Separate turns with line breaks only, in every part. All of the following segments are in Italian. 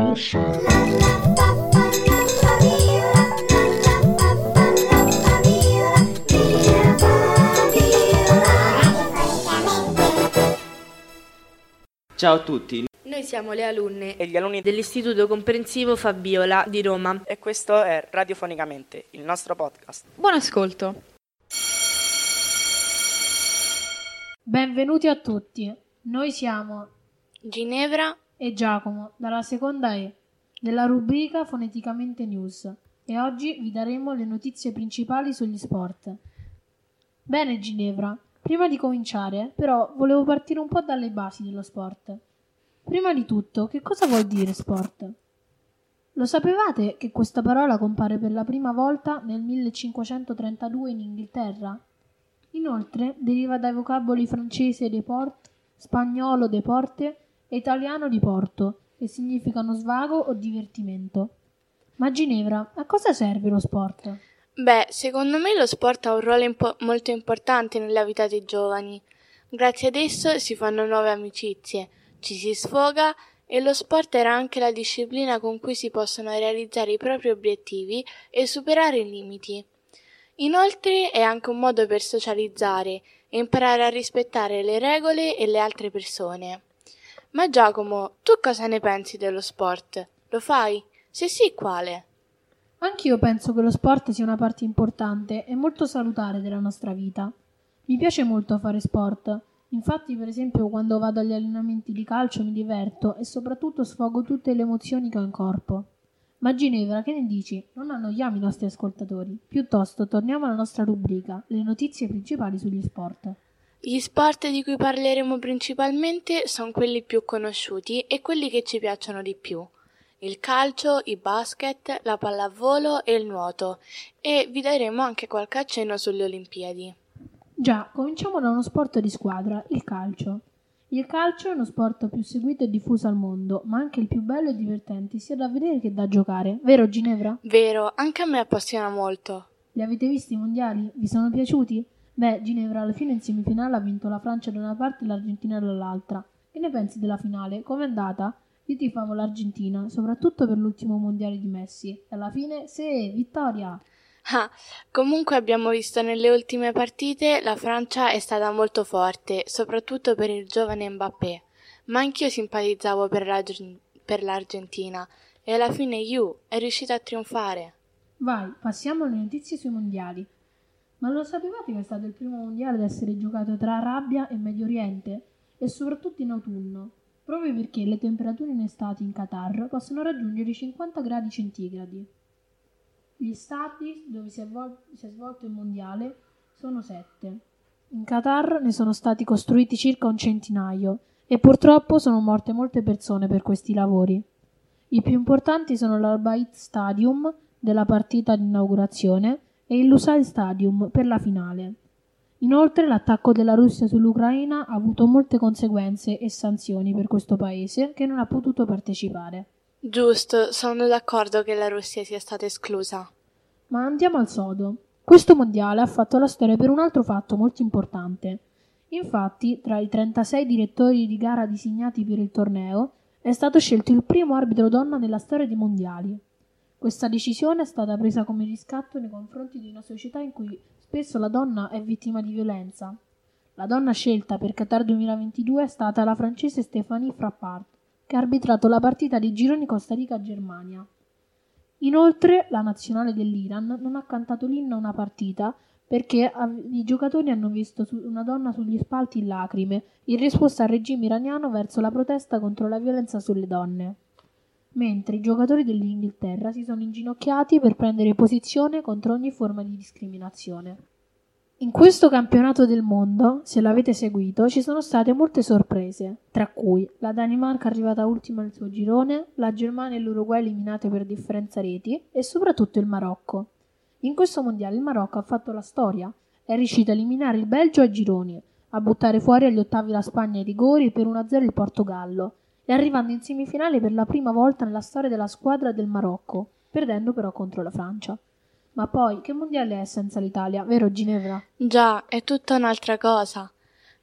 Ciao a tutti.
Noi siamo le alunne
e gli alunni
dell'Istituto Comprensivo Fabiola di Roma.
E questo è Radiofonicamente, il nostro podcast.
Buon ascolto.
Benvenuti a tutti. Noi siamo
Ginevra
e Giacomo, dalla seconda E, della rubrica Foneticamente News. E oggi vi daremo le notizie principali sugli sport. Bene Ginevra, prima di cominciare, però, volevo partire un po' dalle basi dello sport. Prima di tutto, che cosa vuol dire sport? Lo sapevate che questa parola compare per la prima volta nel 1532 in Inghilterra? Inoltre, deriva dai vocaboli francese deport, spagnolo deporte e italiano diporto, che significano svago o divertimento. Ma Ginevra, a cosa serve lo sport?
Beh, secondo me lo sport ha un ruolo molto importante nella vita dei giovani. Grazie ad esso si fanno nuove amicizie, ci si sfoga e lo sport era anche la disciplina con cui si possono realizzare i propri obiettivi e superare i limiti. Inoltre è anche un modo per socializzare e imparare a rispettare le regole e le altre persone. Ma Giacomo, tu cosa ne pensi dello sport? Lo fai? Se sì, quale?
Anch'io penso che lo sport sia una parte importante e molto salutare della nostra vita. Mi piace molto fare sport. Infatti, per esempio, quando vado agli allenamenti di calcio mi diverto e soprattutto sfogo tutte le emozioni che ho in corpo. Ma Ginevra, che ne dici? Non annoiamo i nostri ascoltatori. Piuttosto, torniamo alla nostra rubrica, le notizie principali sugli sport.
Gli sport di cui parleremo principalmente sono quelli più conosciuti e quelli che ci piacciono di più. Il calcio, il basket, la pallavolo e il nuoto. E vi daremo anche qualche accenno sulle Olimpiadi.
Già, cominciamo da uno sport di squadra, il calcio. Il calcio è uno sport più seguito e diffuso al mondo, ma anche il più bello e divertente sia da vedere che da giocare. Vero Ginevra?
Vero, anche a me appassiona molto.
Li avete visti i mondiali? Vi sono piaciuti? Beh, Ginevra, alla fine in semifinale ha vinto la Francia da una parte e l'Argentina dall'altra. Che ne pensi della finale? Com'è andata? Io tifavo l'Argentina, soprattutto per l'ultimo mondiale di Messi. E alla fine, sì, vittoria!
Ah, comunque abbiamo visto nelle ultime partite la Francia è stata molto forte, soprattutto per il giovane Mbappé, ma anch'io simpatizzavo per l'Argentina e alla fine è riuscita a trionfare.
Vai, passiamo alle notizie sui mondiali. Ma lo sapevate che è stato il primo mondiale ad essere giocato tra Arabia e Medio Oriente? E soprattutto in autunno, proprio perché le temperature in estate in Qatar possono raggiungere i 50 gradi centigradi. Gli stati dove si è svolto il mondiale sono 7. In Qatar ne sono stati costruiti circa un centinaio e purtroppo sono morte molte persone per questi lavori. I più importanti sono l'Al Bayt Stadium della partita di inaugurazione e il Lusail Stadium per la finale. Inoltre l'attacco della Russia sull'Ucraina ha avuto molte conseguenze e sanzioni per questo paese che non ha potuto partecipare.
Giusto, sono d'accordo che la Russia sia stata esclusa.
Ma andiamo al sodo. Questo mondiale ha fatto la storia per un altro fatto molto importante. Infatti, tra i 36 direttori di gara designati per il torneo, è stato scelto il primo arbitro donna nella storia dei mondiali. Questa decisione è stata presa come riscatto nei confronti di una società in cui spesso la donna è vittima di violenza. La donna scelta per Qatar 2022 è stata la francese Stéphanie Frappart, che ha arbitrato la partita dei gironi Costa Rica-Germania. Inoltre, la nazionale dell'Iran non ha cantato l'inno a una partita perché i giocatori hanno visto una donna sugli spalti in lacrime, in risposta al regime iraniano verso la protesta contro la violenza sulle donne. Mentre i giocatori dell'Inghilterra si sono inginocchiati per prendere posizione contro ogni forma di discriminazione. In questo campionato del mondo, se l'avete seguito, ci sono state molte sorprese, tra cui la Danimarca arrivata ultima nel suo girone, la Germania e l'Uruguay eliminate per differenza reti e soprattutto il Marocco. In questo mondiale il Marocco ha fatto la storia, è riuscito a eliminare il Belgio ai gironi, a buttare fuori agli ottavi la Spagna ai rigori e per 1-0 il Portogallo, e arrivando in semifinale per la prima volta nella storia della squadra del Marocco, perdendo però contro la Francia. Ma poi, che mondiale è senza l'Italia, vero Ginevra?
Già, è tutta un'altra cosa.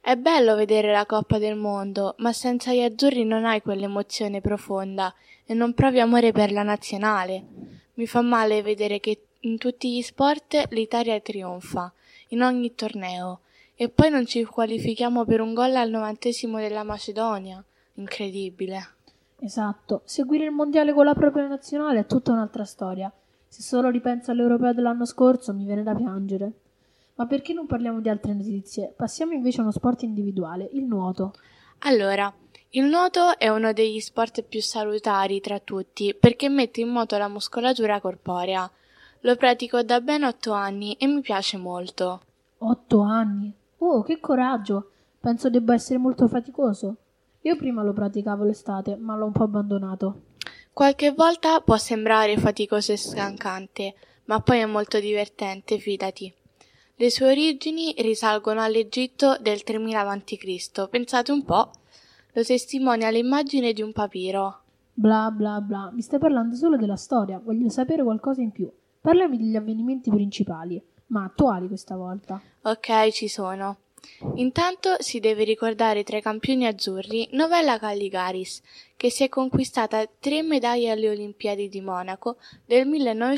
È bello vedere la Coppa del Mondo, ma senza gli azzurri non hai quell'emozione profonda e non provi amore per la nazionale. Mi fa male vedere che in tutti gli sport l'Italia trionfa, in ogni torneo, e poi non ci qualifichiamo per un gol al 90° della Macedonia. Incredibile.
Esatto, seguire il mondiale con la propria nazionale è tutta un'altra storia. Se solo ripenso all'Europeo dell'anno scorso mi viene da piangere. Ma perché non parliamo di altre notizie? Passiamo invece a uno sport individuale, il nuoto.
Allora, il nuoto è uno degli sport più salutari tra tutti perché mette in moto la muscolatura corporea. Lo pratico da ben 8 anni e mi piace molto.
8 anni? Oh, che coraggio! Penso debba essere molto faticoso. Io prima lo praticavo l'estate, ma l'ho un po' abbandonato.
Qualche volta può sembrare faticoso e stancante, ma poi è molto divertente, fidati. Le sue origini risalgono all'Egitto del 3000 a.C., pensate un po', lo testimonia l'immagine di un papiro.
Bla bla bla, mi stai parlando solo della storia, voglio sapere qualcosa in più. Parlami degli avvenimenti principali, ma attuali questa volta.
Ok, ci sono. Intanto si deve ricordare tra i campioni azzurri Novella Calligaris, che si è conquistata 3 medaglie alle Olimpiadi di Monaco del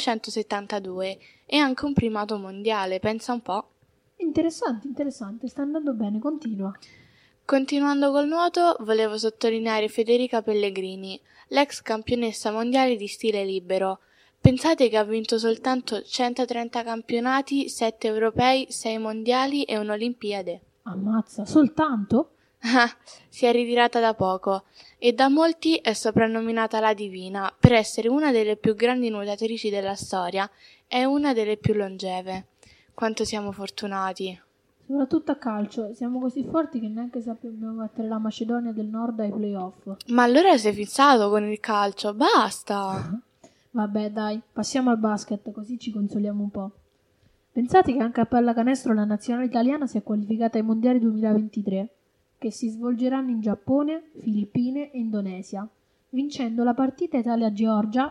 1972 e anche un primato mondiale, pensa un po'.
Interessante, sta andando bene, continua.
Continuando col nuoto, volevo sottolineare Federica Pellegrini, l'ex campionessa mondiale di stile libero. Pensate che ha vinto soltanto 130 campionati, 7 europei, 6 mondiali e un'Olimpiade.
Ammazza, soltanto?
Si è ritirata da poco e da molti è soprannominata la Divina per essere una delle più grandi nuotatrici della storia e una delle più longeve. Quanto siamo fortunati!
Soprattutto a calcio, siamo così forti che neanche sappiamo battere la Macedonia del Nord ai playoff.
Ma allora sei fissato con il calcio, basta!
Vabbè, dai, passiamo al basket, così ci consoliamo un po'. Pensate che anche a pallacanestro la nazionale italiana si è qualificata ai mondiali 2023, che si svolgeranno in Giappone, Filippine e Indonesia, vincendo la partita Italia-Georgia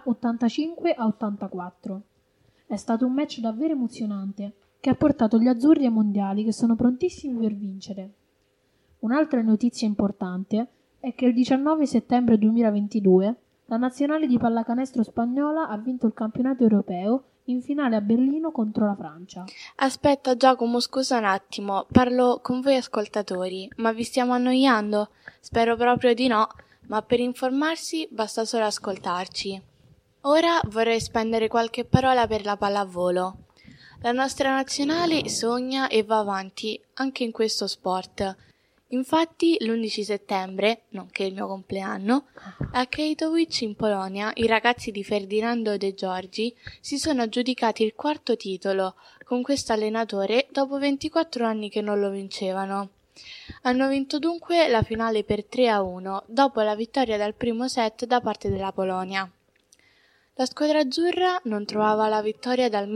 85-84. È stato un match davvero emozionante, che ha portato gli azzurri ai mondiali che sono prontissimi per vincere. Un'altra notizia importante è che il 19 settembre 2022 la nazionale di pallacanestro spagnola ha vinto il campionato europeo in finale a Berlino contro la Francia.
Aspetta Giacomo, scusa un attimo, parlo con voi ascoltatori, ma vi stiamo annoiando? Spero proprio di no, ma per informarsi basta solo ascoltarci. Ora vorrei spendere qualche parola per la pallavolo. La nostra nazionale sogna e va avanti anche in questo sport. Infatti, l'11 settembre, nonché il mio compleanno, a Katowice in Polonia i ragazzi di Ferdinando De Giorgi si sono aggiudicati il 4º titolo con questo allenatore dopo 24 anni che non lo vincevano. Hanno vinto dunque la finale per 3-1 dopo la vittoria dal primo set da parte della Polonia. La squadra azzurra non trovava la vittoria dal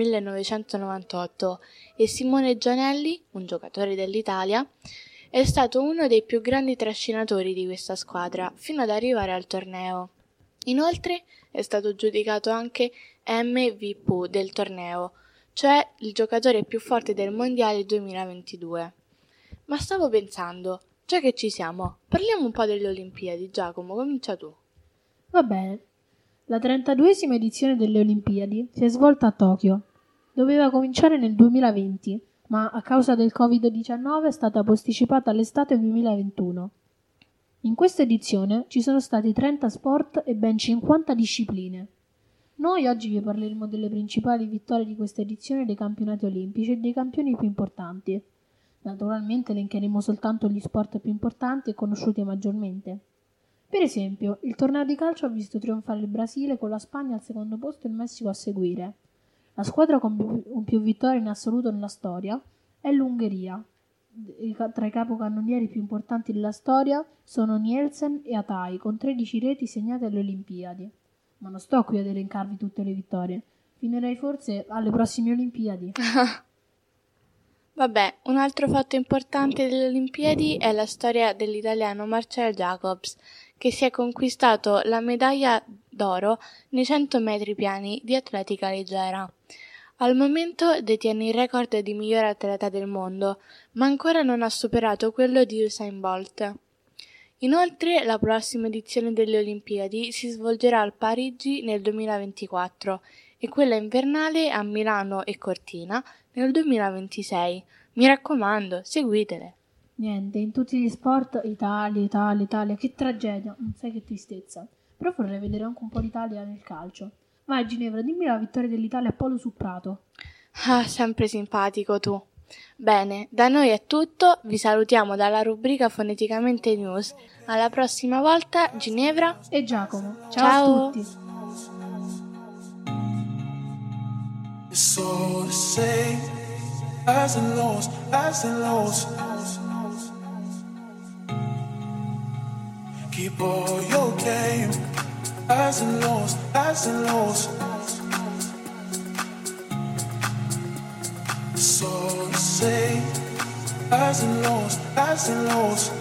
1998 e Simone Gianelli, un giocatore dell'Italia, è stato uno dei più grandi trascinatori di questa squadra fino ad arrivare al torneo. Inoltre è stato giudicato anche MVP del torneo, cioè il giocatore più forte del mondiale 2022. Ma stavo pensando, già che ci siamo, parliamo un po' delle Olimpiadi. Giacomo, comincia tu.
Va bene. La 32esima edizione delle Olimpiadi si è svolta a Tokyo. Doveva cominciare nel 2020, ma a causa del Covid-19 è stata posticipata all'estate 2021. In questa edizione ci sono stati 30 sport e ben 50 discipline. Noi oggi vi parleremo delle principali vittorie di questa edizione dei campionati olimpici e dei campioni più importanti. Naturalmente elencheremo soltanto gli sport più importanti e conosciuti maggiormente. Per esempio, il torneo di calcio ha visto trionfare il Brasile con la Spagna al secondo posto e il Messico a seguire. La squadra con più vittorie in assoluto nella storia è l'Ungheria. Tra i capocannonieri più importanti della storia sono Nielsen e Atai, con 13 reti segnate alle Olimpiadi. Ma non sto qui ad elencarvi tutte le vittorie. Finirei forse alle prossime Olimpiadi.
Vabbè, un altro fatto importante delle Olimpiadi è la storia dell'italiano Marcel Jacobs, che si è conquistato la medaglia d'oro nei 100 metri piani di atletica leggera. Al momento detiene il record di miglior atleta del mondo, ma ancora non ha superato quello di Usain Bolt. Inoltre, la prossima edizione delle Olimpiadi si svolgerà a Parigi nel 2024 e quella invernale a Milano e Cortina nel 2026. Mi raccomando, seguitele!
Niente, in tutti gli sport Italia, Italia, Italia, che tragedia, non sai che tristezza. Però vorrei vedere anche un po' l'Italia nel calcio. Vai Ginevra, dimmi la vittoria dell'Italia a Polo su Prato.
Ah, sempre simpatico tu. Bene, da noi è tutto, vi salutiamo dalla rubrica Foneticamente News. Alla prossima volta, Ginevra
e Giacomo. Ciao,
Ciao.
a tutti.
So to say, highs and lows, highs and lows. Keep all your game, highs and lows, highs and lows. So to say, highs and lows, highs and lows.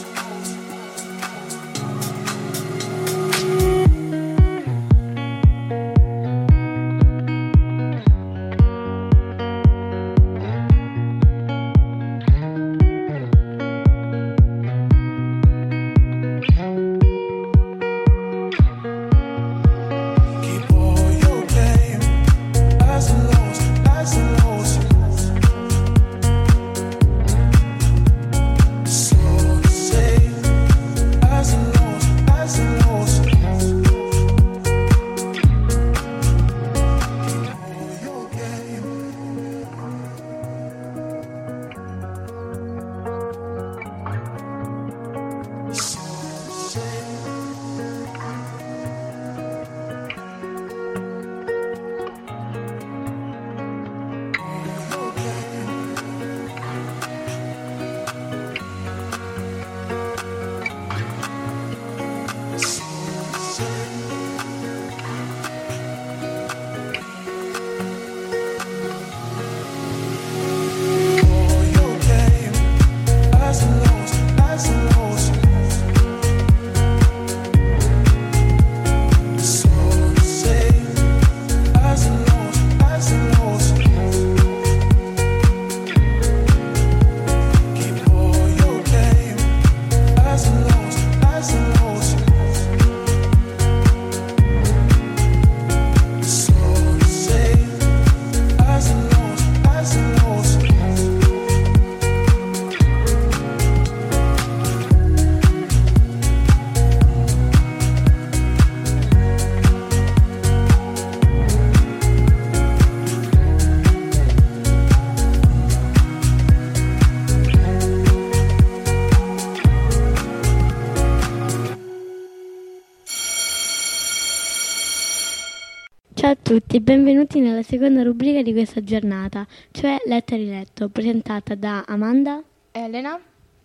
Ciao a tutti e benvenuti nella seconda rubrica di questa giornata, cioè Letta Riletto, presentata da Amanda,
Elena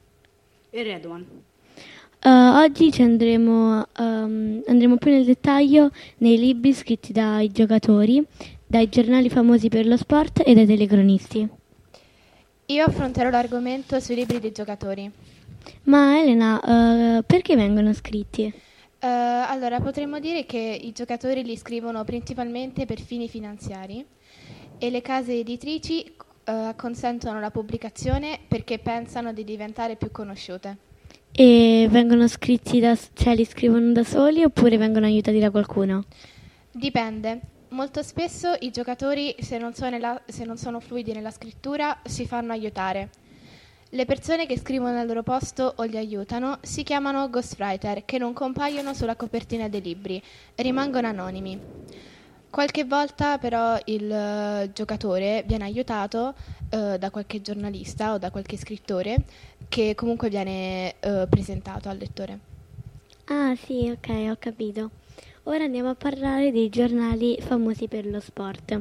e Redwan.
Oggi andremo più nel dettaglio nei libri scritti dai giocatori, dai giornali famosi per lo sport e dai telecronisti.
Io affronterò l'argomento sui libri dei giocatori.
Ma Elena, perché vengono scritti?
Allora, potremmo dire che i giocatori li scrivono principalmente per fini finanziari e le case editrici consentono la pubblicazione perché pensano di diventare più conosciute.
E vengono scritti cioè li scrivono da soli oppure vengono aiutati da qualcuno?
Dipende. Molto spesso i giocatori, se non sono fluidi nella scrittura, si fanno aiutare. Le persone che scrivono al loro posto o li aiutano si chiamano ghostwriter, che non compaiono sulla copertina dei libri, rimangono anonimi. Qualche volta però il giocatore viene aiutato da qualche giornalista o da qualche scrittore che comunque viene presentato al lettore.
Ah sì, ok, ho capito. Ora andiamo a parlare dei giornali famosi per lo sport.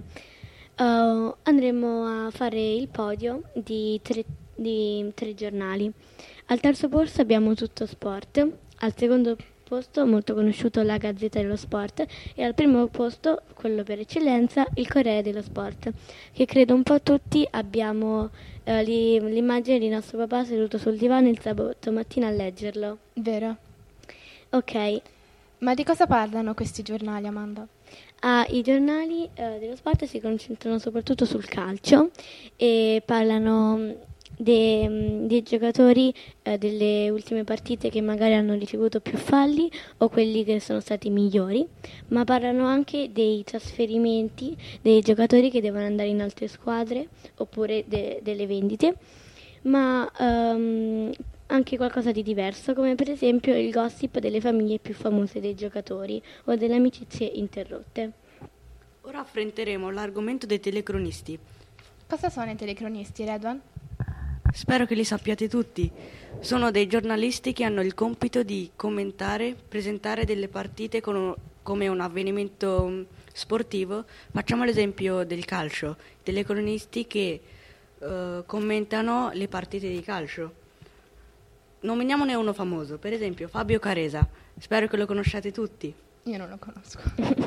Andremo a fare il podio di tre giornali. Al terzo posto abbiamo Tutto Sport, al secondo posto molto conosciuto la Gazzetta dello Sport e al primo posto, quello per eccellenza, il Corriere dello Sport, che credo un po' tutti abbiamo l'immagine di nostro papà seduto sul divano il sabato mattina a leggerlo.
Vero.
Ok.
Ma di cosa parlano questi giornali, Amanda?
I giornali dello sport si concentrano soprattutto sul calcio e parlano dei giocatori delle ultime partite che magari hanno ricevuto più falli o quelli che sono stati migliori, ma parlano anche dei trasferimenti dei giocatori che devono andare in altre squadre oppure delle vendite, ma anche qualcosa di diverso, come per esempio il gossip delle famiglie più famose dei giocatori o delle amicizie interrotte.
Ora affronteremo l'argomento dei telecronisti.
Cosa sono i telecronisti, Redwan?
Spero che li sappiate tutti. Sono dei giornalisti che hanno il compito di commentare, presentare delle partite come un avvenimento sportivo. Facciamo l'esempio del calcio, telecronisti che commentano le partite di calcio. Nominiamone uno famoso, per esempio Fabio Caresa. Spero che lo conosciate tutti.
Io non lo conosco.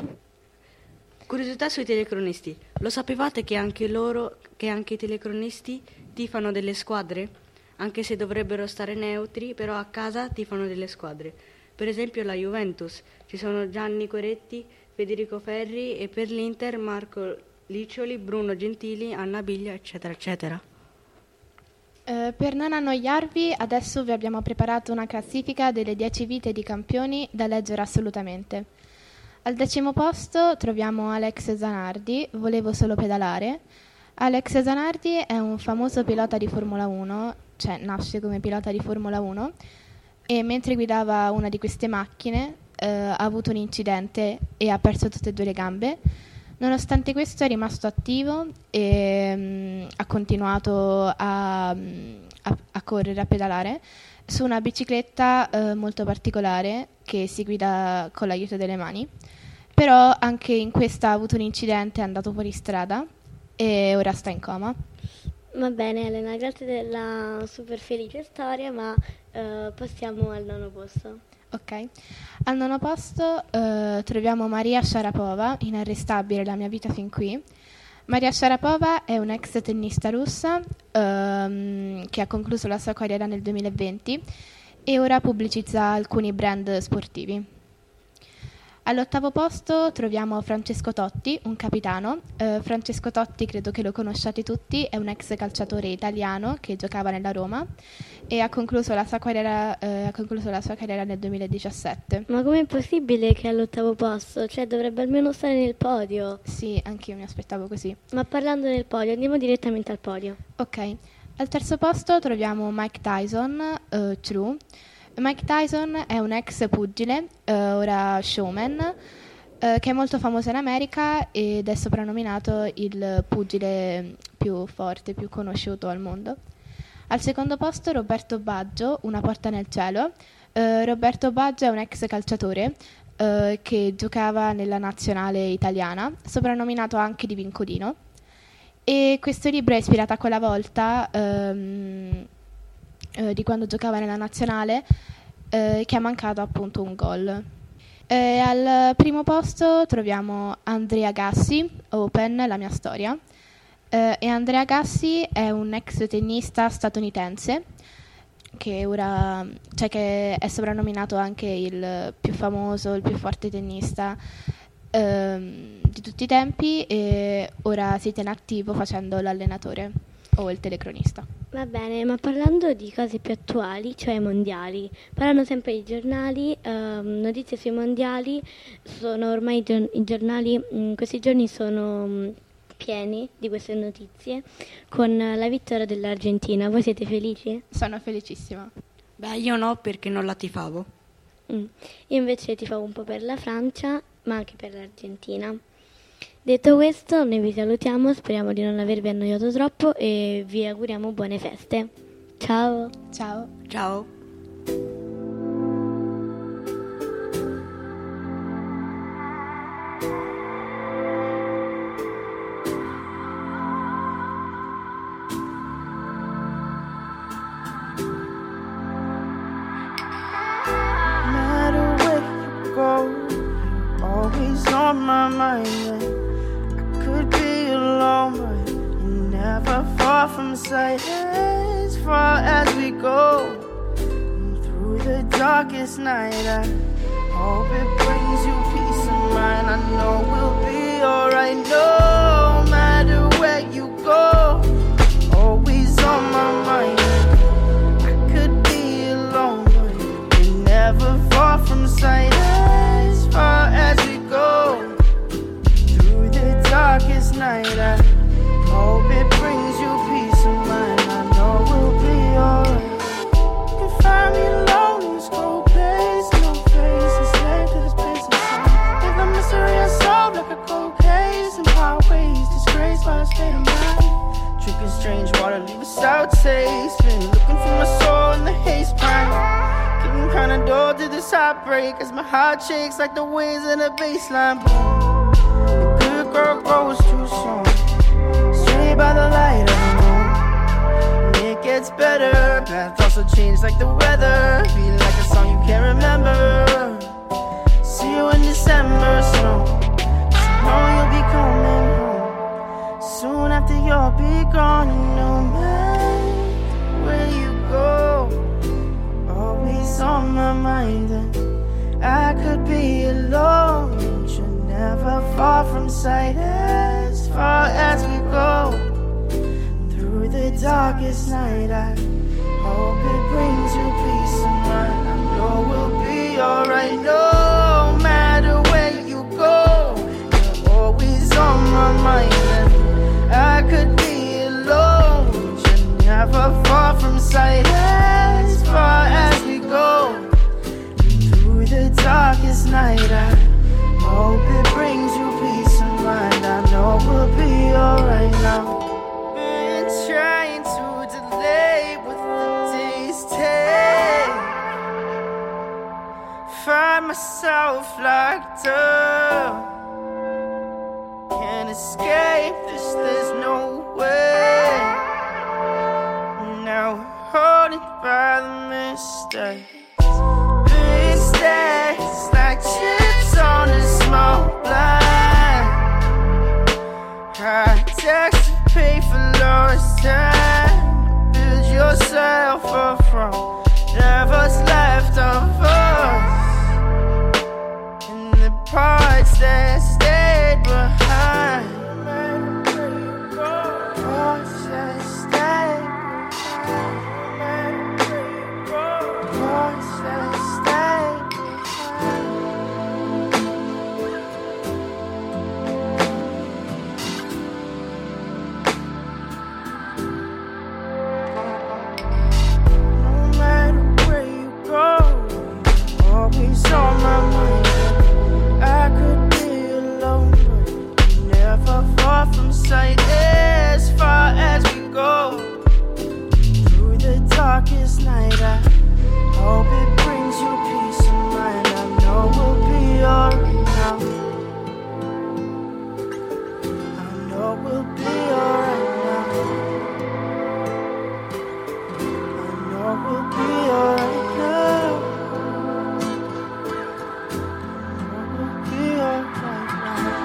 Curiosità sui telecronisti. Lo sapevate che anche i telecronisti tifano delle squadre? Anche se dovrebbero stare neutri, però a casa tifano delle squadre. Per esempio la Juventus. Ci sono Gianni Coretti, Federico Ferri e per l'Inter Marco Liccioli, Bruno Gentili, Anna Biglia, eccetera, eccetera.
Per non annoiarvi, adesso vi abbiamo preparato una classifica delle 10 vite di campioni da leggere assolutamente. Al 10° posto troviamo Alex Zanardi, Volevo solo pedalare. Alex Zanardi è un famoso pilota di Formula 1, cioè nasce come pilota di Formula 1, e mentre guidava una di queste macchine ha avuto un incidente e ha perso tutte e due le gambe. Nonostante questo è rimasto attivo e ha continuato a correre, a pedalare su una bicicletta molto particolare che si guida con l'aiuto delle mani. Però anche in questa ha avuto un incidente, è andato fuori strada e ora sta in coma.
Va bene Elena, grazie della super felice storia, ma passiamo al 9° posto.
Ok, al 9° posto troviamo Maria Sharapova, Inarrestabile, la mia vita fin qui. Maria Sharapova è un'ex tennista russa che ha concluso la sua carriera nel 2020 e ora pubblicizza alcuni brand sportivi. All'8° posto troviamo Francesco Totti, un capitano. Francesco Totti credo che lo conosciate tutti, è un ex calciatore italiano che giocava nella Roma e ha concluso la sua carriera nel 2017.
Ma com'è possibile che è all'8° posto? Cioè dovrebbe almeno stare nel podio.
Sì, anch'io mi aspettavo così.
Ma parlando del podio, andiamo direttamente al podio.
Ok, al 3° posto troviamo Mike Tyson, True. Mike Tyson è un ex pugile, ora showman, che è molto famoso in America ed è soprannominato il pugile più forte, più conosciuto al mondo. Al 2° posto Roberto Baggio, Una porta nel cielo. Roberto Baggio è un ex calciatore che giocava nella nazionale italiana, soprannominato anche di Vincolino. E questo libro è ispirato a quella volta di quando giocava nella nazionale, che ha mancato appunto un gol. Al 1° posto troviamo Andrea Gassi, Open, la mia storia. E Andrea Gassi è un ex tennista statunitense che ora, cioè che è soprannominato anche il più famoso, il più forte tennista di tutti i tempi, e ora si tiene attivo facendo l'allenatore o il telecronista.
Va bene, ma parlando di cose più attuali, cioè mondiali, parlano sempre i giornali, notizie sui mondiali, sono ormai i giornali, questi giorni sono pieni di queste notizie, con la vittoria dell'Argentina. Voi siete felici?
Sono felicissima.
Beh, io no, perché non la tifavo.
Io invece tifavo un po' per la Francia, ma anche per l'Argentina. Detto questo, noi vi salutiamo, speriamo di non avervi annoiato troppo e vi auguriamo buone feste. Ciao!
Ciao!
Ciao!
Always on my mind. I could be alone, but you're never far from sight. As far as we go, through the darkest night, I Hope it brings you peace of mind. I know we'll be alright, no matter where you go. Always on my mind. I could be alone, but you're never far from sight. As far as we go through the darkest night, I hope it brings you peace of mind. I know we'll be alright. You can find me alone in this cold place, no face, a slave to this place inside. If the mystery is solved like a cold case, and highways disgraced by a state of mind. Drinking strange water, leave a sour taste. Been looking for my soul in the haze prime. Getting kinda dull to this heartbreak as my heart shakes like the waves in a baseline. Boom. The good girl grows too soon. Straight by the light of the moon. And it gets better. Paths also change like the weather. Feel like a song you can't remember. See you in December snow. So know you'll be coming home soon after you'll be gone. And no matter where you go, always on my mind. And I could be alone, but you're never far from sight. As far as we go through the darkest night, I hope it brings you peace of mind. I know we'll be alright, no matter where you go. You're always on my mind. And I could be alone, but you're never far from sight. As far as we go through the darkest night, I hope it brings you peace of mind. I know we'll be alright now. Been trying to delay what the days take. Find myself locked up. Can't escape this, there's no way. Now holding by the mistakes. Big stacks like chips on a small blind. High tax to pay for lost time. Build yourself up from whatever's left of us. And the parts that stayed behind. Parts that stayed behind. Parts that stayed behind. No matter where you go, always on my mind. I could be alone, but you're never far from sight. As far as we go through the darkest night, I hope it brings you peace of mind. I know we'll be alright now. I know we'll be alright now. I know we'll be alright now. I know we'll be alright now.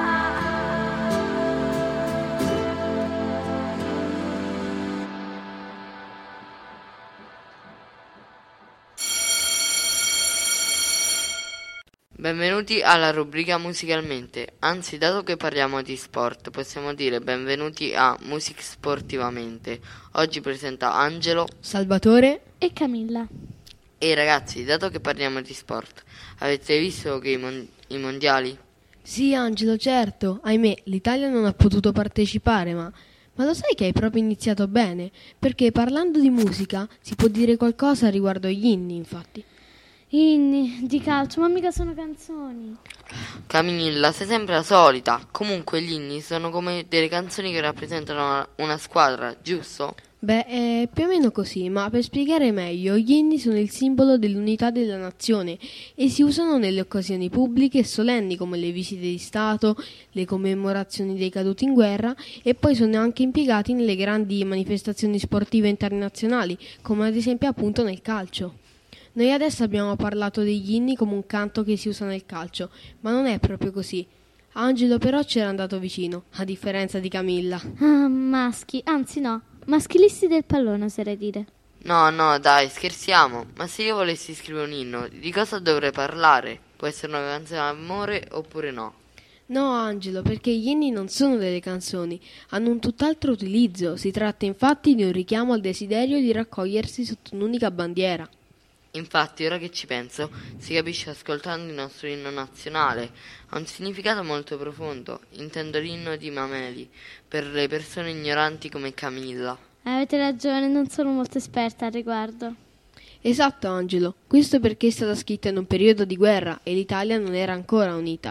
Benvenuti alla rubrica Musicalmente, anzi dato che parliamo di sport possiamo dire benvenuti a Music Sportivamente. Oggi presenta Angelo,
Salvatore
E Camilla.
e ragazzi, dato che parliamo di sport, avete visto che i mondiali?
Sì, Angelo, certo. Ahimè, l'Italia non ha potuto partecipare, ma lo sai che hai proprio iniziato bene? Perché parlando di musica si può dire qualcosa riguardo agli inni, infatti.
Inni di calcio, ma mica sono canzoni.
Camilla, sei sempre la solita. Comunque gli inni sono come delle canzoni che rappresentano una squadra, giusto?
Beh, è più o meno così, ma per spiegare meglio, gli inni sono il simbolo dell'unità della nazione e si usano nelle occasioni pubbliche e solenni come le visite di Stato, le commemorazioni dei caduti in guerra e poi sono anche impiegati nelle grandi manifestazioni sportive internazionali, come ad esempio appunto nel calcio. Noi adesso abbiamo parlato degli inni come un canto che si usa nel calcio, ma non è proprio così. Angelo però c'era andato vicino, a differenza di Camilla.
Ah, maschi, anzi no, maschilisti del pallone oserei dire.
No, dai, scherziamo. Ma se io volessi scrivere un inno, di cosa dovrei parlare? Può essere una canzone d'amore oppure no.
No, Angelo, perché gli inni non sono delle canzoni, hanno un tutt'altro utilizzo. Si tratta infatti di un richiamo al desiderio di raccogliersi sotto un'unica bandiera.
Infatti, ora che ci penso, si capisce ascoltando il nostro inno nazionale. Ha un significato molto profondo. Intendo l'inno di Mameli, per le persone ignoranti come Camilla.
Avete ragione, non sono molto esperta al riguardo.
Esatto, Angelo. Questo perché è stata scritta in un periodo di guerra e l'Italia non era ancora unita.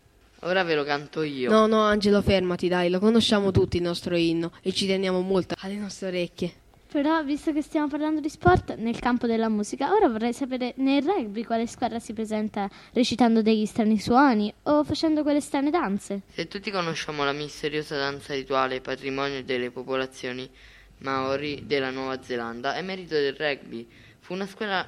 Ora ve lo canto io.
No, Angelo, fermati, dai, lo conosciamo tutti il nostro inno e ci teniamo molto alle nostre orecchie.
Però, visto che stiamo parlando di sport nel campo della musica, ora vorrei sapere nel rugby quale squadra si presenta recitando degli strani suoni o facendo quelle strane danze.
Se tutti conosciamo la misteriosa danza rituale patrimonio delle popolazioni maori della Nuova Zelanda, è merito del rugby. Fu una squadra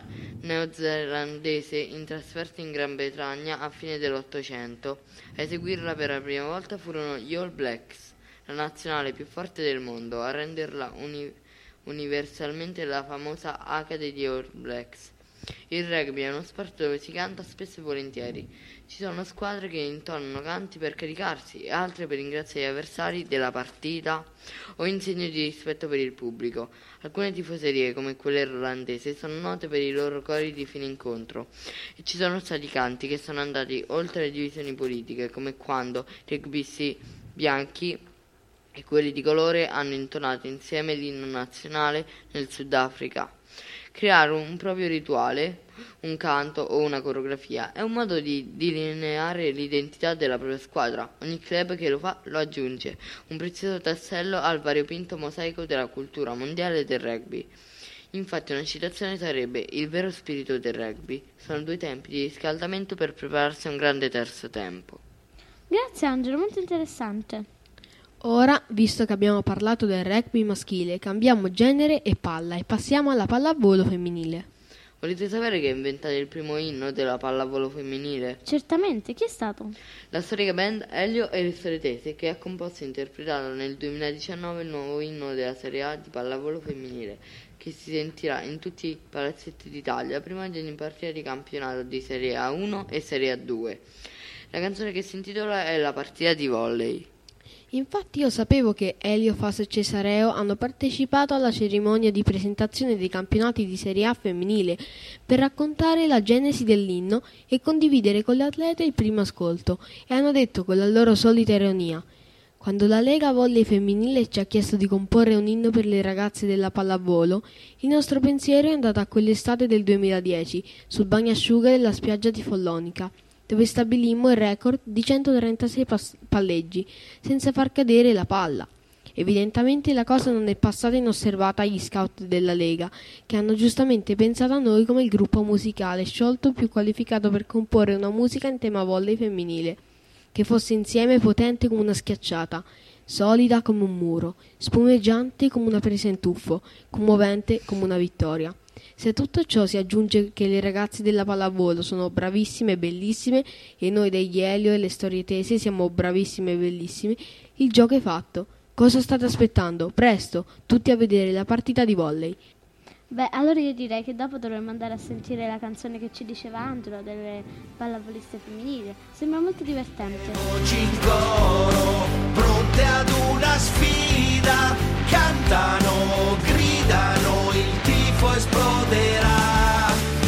neozelandese in trasferta in Gran Bretagna a fine dell'Ottocento. A eseguirla per la prima volta furono gli All Blacks, la nazionale più forte del mondo, a renderla universalmente la famosa Haka degli All Blacks. Il rugby è uno sport dove si canta spesso e volentieri. Ci sono squadre che intonano canti per caricarsi e altre per ringraziare gli avversari della partita o in segno di rispetto per il pubblico. Alcune tifoserie, come quella irlandese, sono note per i loro cori di fine incontro e ci sono stati canti che sono andati oltre le divisioni politiche, come quando i rugbisti bianchi e quelli di colore hanno intonato insieme l'inno nazionale nel Sudafrica. Creare un proprio rituale, un canto o una coreografia è un modo di delineare l'identità della propria squadra. Ogni club che lo fa lo aggiunge un prezioso tassello al variopinto mosaico della cultura mondiale del rugby. Infatti una citazione sarebbe: il vero spirito del rugby sono 2 tempi di riscaldamento per prepararsi a un grande terzo tempo.
Grazie Angelo, molto interessante.
Ora, visto che abbiamo parlato del rugby maschile, cambiamo genere e palla e passiamo alla pallavolo femminile.
Volete sapere chi ha inventato il primo inno della pallavolo femminile?
Certamente, chi è stato?
La storica band Elio e le Storie Tese, che ha composto e interpretato nel 2019 il nuovo inno della Serie A di pallavolo femminile, che si sentirà in tutti i palazzetti d'Italia prima di ogni partita di campionato di Serie A1 e Serie A2. La canzone che si intitola è La partita di volley.
Infatti io sapevo che Elio, Fas e Cesareo hanno partecipato alla cerimonia di presentazione dei campionati di Serie A femminile per raccontare la genesi dell'inno e condividere con le atlete il primo ascolto, e hanno detto con la loro solita ironia: quando la Lega Volley Femminile ci ha chiesto di comporre un inno per le ragazze della pallavolo, il nostro pensiero è andato a quell'estate del 2010 sul bagnasciuga della spiaggia di Follonica, dove stabilimmo il record di 136 palleggi, senza far cadere la palla. Evidentemente la cosa non è passata inosservata agli scout della Lega, che hanno giustamente pensato a noi come il gruppo musicale sciolto più qualificato per comporre una musica in tema volley femminile, che fosse insieme potente come una schiacciata, solida come un muro, spumeggiante come una presa in tuffo, commovente come una vittoria. Se a tutto ciò si aggiunge che le ragazze della pallavolo sono bravissime e bellissime e noi degli Elio e le Storie Tese siamo bravissime e bellissime, il gioco è fatto. Cosa state aspettando? Presto, tutti a vedere la partita di volley.
Beh, allora io direi che dopo dovremmo andare a sentire la canzone che ci diceva Angelo delle pallavoliste femminili. Sembra molto divertente.
Voci in coro, pronte ad una sfida, cantano, gridano, il tifo esploderà.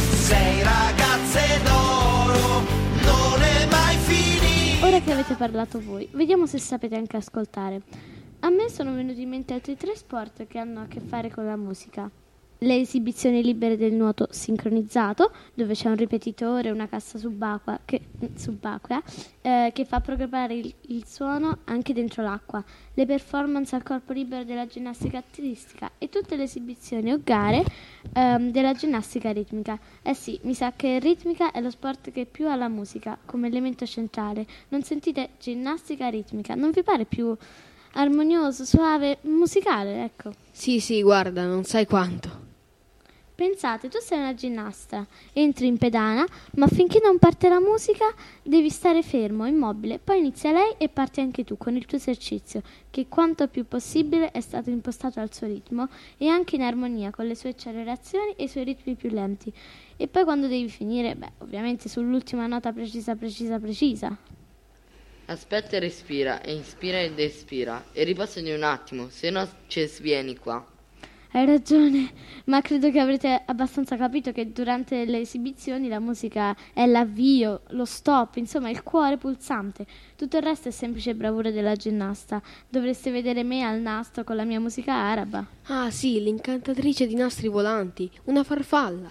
6 ragazze d'oro, non è mai finito.
Ora che avete parlato voi, vediamo se sapete anche ascoltare. A me sono venuti in mente altri 3 sport che hanno a che fare con la musica. Le esibizioni libere del nuoto sincronizzato, dove c'è un ripetitore e una cassa subacquea che fa propagare il suono anche dentro l'acqua, le performance al corpo libero della ginnastica artistica e tutte le esibizioni o gare della ginnastica ritmica. Eh sì, mi sa che ritmica è lo sport che più ha la musica come elemento centrale. Non sentite ginnastica ritmica? Non vi pare più armonioso, suave, musicale, ecco?
Sì, guarda, non sai quanto.
Pensate, tu sei una ginnasta, entri in pedana, ma finché non parte la musica devi stare fermo, immobile. Poi inizia lei e parti anche tu con il tuo esercizio, che quanto più possibile è stato impostato al suo ritmo e anche in armonia con le sue accelerazioni e i suoi ritmi più lenti. E poi quando devi finire, ovviamente sull'ultima nota precisa.
Aspetta e respira, e inspira ed espira, e riposati un attimo, se no ci svieni qua.
Hai ragione, ma credo che avrete abbastanza capito che durante le esibizioni la musica è l'avvio, lo stop, insomma il cuore pulsante. Tutto il resto è semplice bravura della ginnasta. Dovreste vedere me al nastro con la mia musica araba.
Ah sì, l'incantatrice di nastri volanti, una farfalla.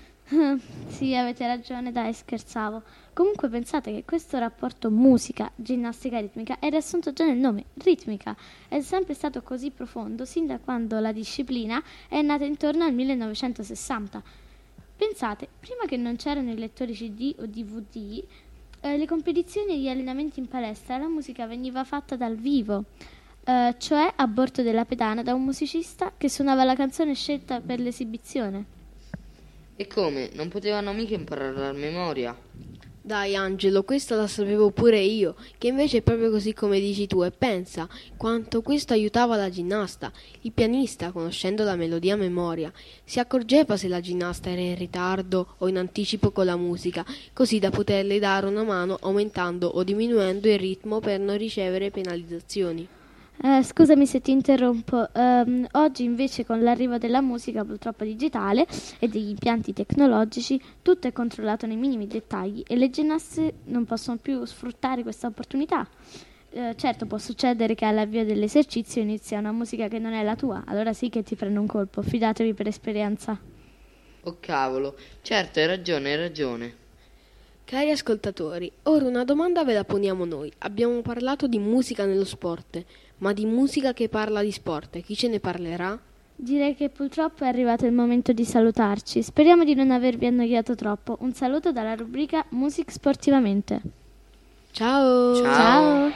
Sì, avete ragione, dai, scherzavo. Comunque pensate che questo rapporto musica, ginnastica ritmica è riassunto già nel nome, ritmica. È sempre stato così profondo sin da quando la disciplina è nata intorno al 1960. Pensate, prima che non c'erano i lettori CD o DVD, le competizioni e gli allenamenti in palestra, la musica veniva fatta dal vivo, cioè a bordo della pedana da un musicista che suonava la canzone scelta per l'esibizione.
E come? Non potevano mica imparare a memoria?
Dai Angelo, questa la sapevo pure io, che invece è proprio così come dici tu, e pensa quanto questo aiutava la ginnasta. Il pianista, conoscendo la melodia a memoria, si accorgeva se la ginnasta era in ritardo o in anticipo con la musica, così da poterle dare una mano aumentando o diminuendo il ritmo per non ricevere penalizzazioni.
Scusami se ti interrompo, oggi invece con l'arrivo della musica purtroppo digitale e degli impianti tecnologici tutto è controllato nei minimi dettagli e le ginnaste non possono più sfruttare questa opportunità. Certo, può succedere che all'avvio dell'esercizio inizia una musica che non è la tua, allora sì che ti prende un colpo, fidatevi per esperienza.
Oh cavolo, certo, hai ragione.
Cari ascoltatori, ora una domanda ve la poniamo noi. Abbiamo parlato di musica nello sport, ma di musica che parla di sport, chi ce ne parlerà?
Direi che purtroppo è arrivato il momento di salutarci. Speriamo di non avervi annoiato troppo. Un saluto dalla rubrica Music Sportivamente.
Ciao!
Ciao!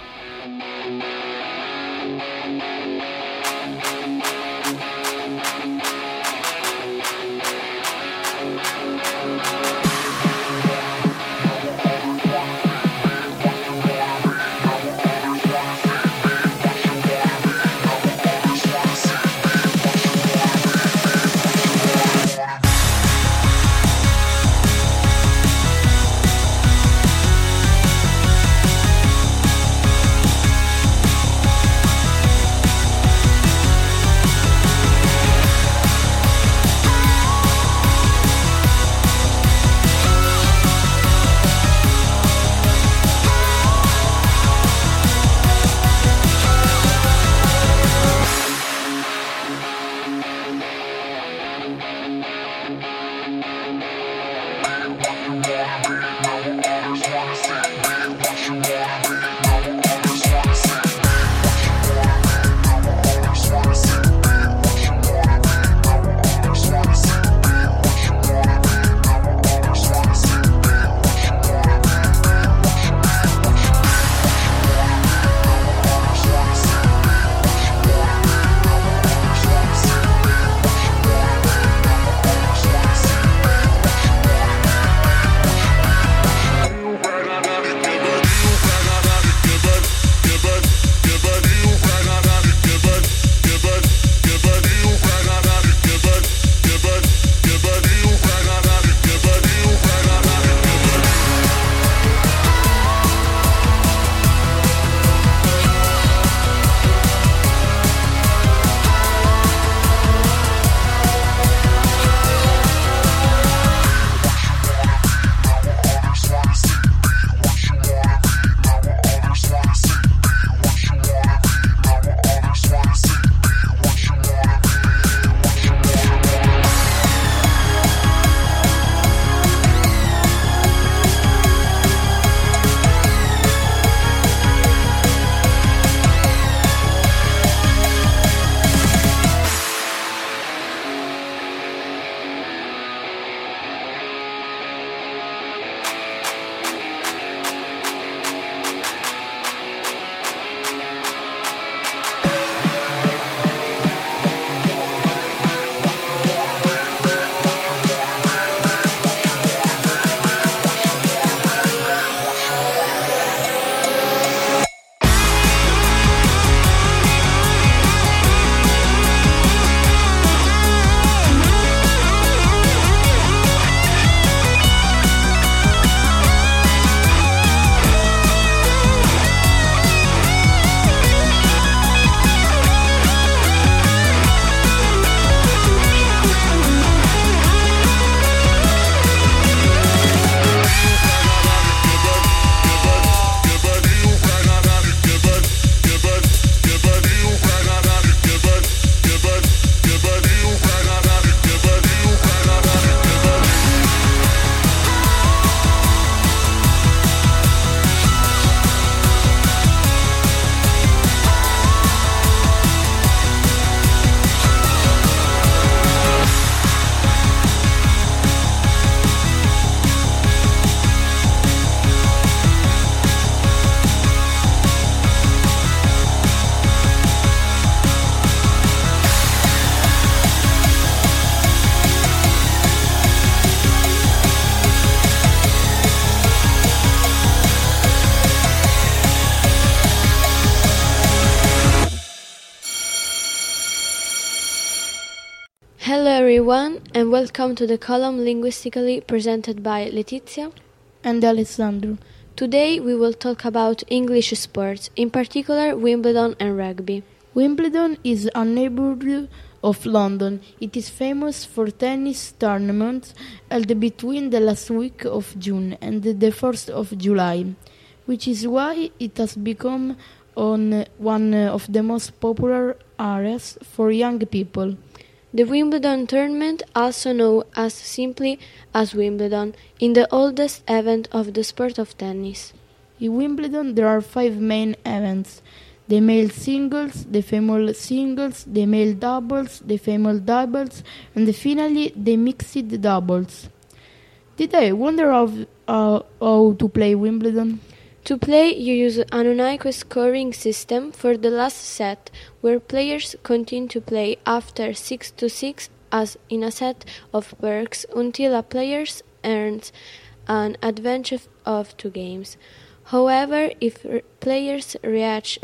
Hello everyone and welcome to the column Linguistically presented by Letizia
and Alessandro.
Today we will talk about English sports, in particular Wimbledon and rugby.
Wimbledon is a neighborhood of London. It is famous for tennis tournaments held between the last week of June and the 1st of July, which is why it has become one of the most popular areas for young people.
The Wimbledon tournament, also known as simply as Wimbledon, is the oldest event of the sport of tennis.
In Wimbledon there are 5 main events: the male singles, the female singles, the male doubles, the female doubles, and finally the mixed doubles. Did I wonder how to play Wimbledon?
To play, you use an unequal scoring system for the last set, where players continue to play after 6-6 as in a set of perks until a player earns an advantage of 2 games. However, if players reach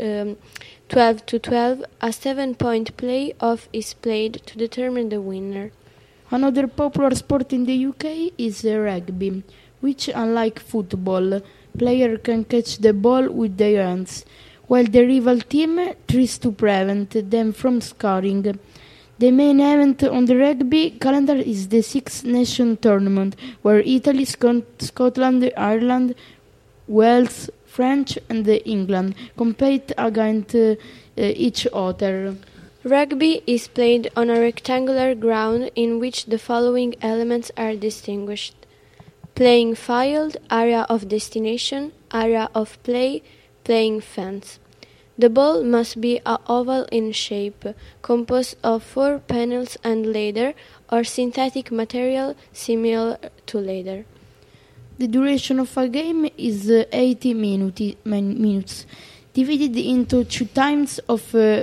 12-12, a 7-point play-off is played to determine the winner.
Another popular sport in the UK is rugby, which, unlike football, players can catch the ball with their hands, while the rival team tries to prevent them from scoring. The main event on the rugby calendar is the Six Nations tournament, where Italy, Scotland, Ireland, Wales, France and England compete against each other.
Rugby is played on a rectangular ground in which the following elements are distinguished: playing field, area of destination, area of play, playing fence. The ball must be an oval in shape, composed of 4 panels and leather or synthetic material similar to leather.
The duration of a game is 80 minutes, divided into 2 times of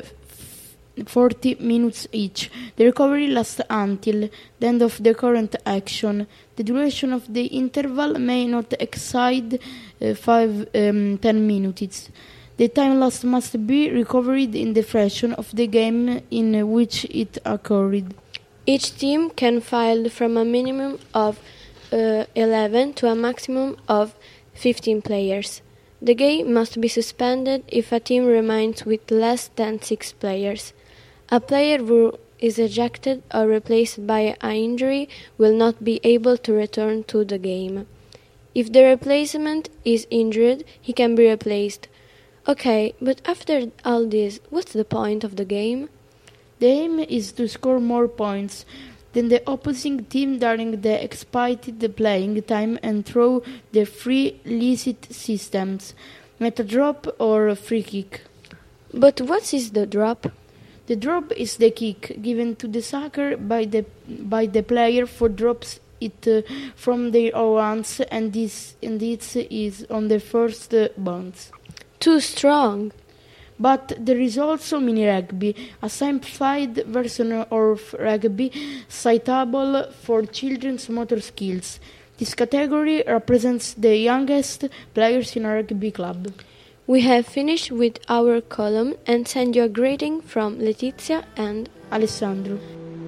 40 minutes each. The recovery lasts until the end of the current action. The duration of the interval may not exceed 10 minutes. The time lost must be recovered in the fraction of the game in which it occurred.
Each team can field from a minimum of 11 to a maximum of 15 players. The game must be suspended if a team remains with less than 6 players. A player who is ejected or replaced by an injury will not be able to return to the game. If the replacement is injured, he can be replaced. Okay, but after all this, what's the point of the game?
The aim is to score more points than the opposing team during the expected playing time and through the free licit systems, meta drop or free kick.
But what is the drop?
The drop is the kick given to the sucker by the player who drops it from their own hands, and this is on the first bounce.
Too strong.
But there is also mini rugby, a simplified version of rugby suitable for children's motor skills. This category represents the youngest players in a rugby club.
We have finished with our column and send you a greeting from Letizia and
Alessandro.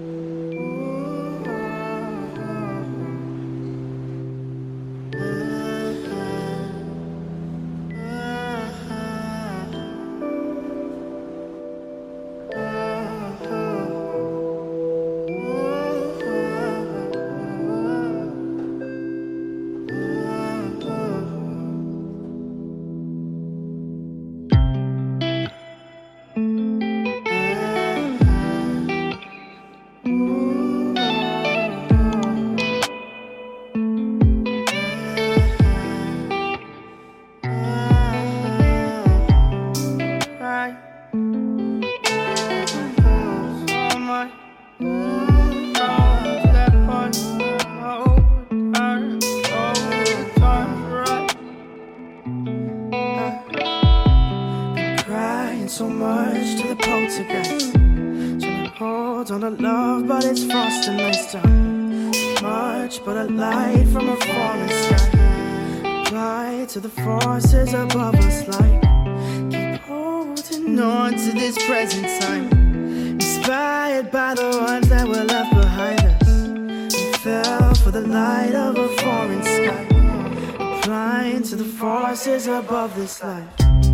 So much to the poltergeist. Trying to hold on to love, but it's frost and nice time. Much but a light from a falling sky. Apply to the forces above us like keep holding on to this present time. Inspired by the ones that were left behind. the forces above this life.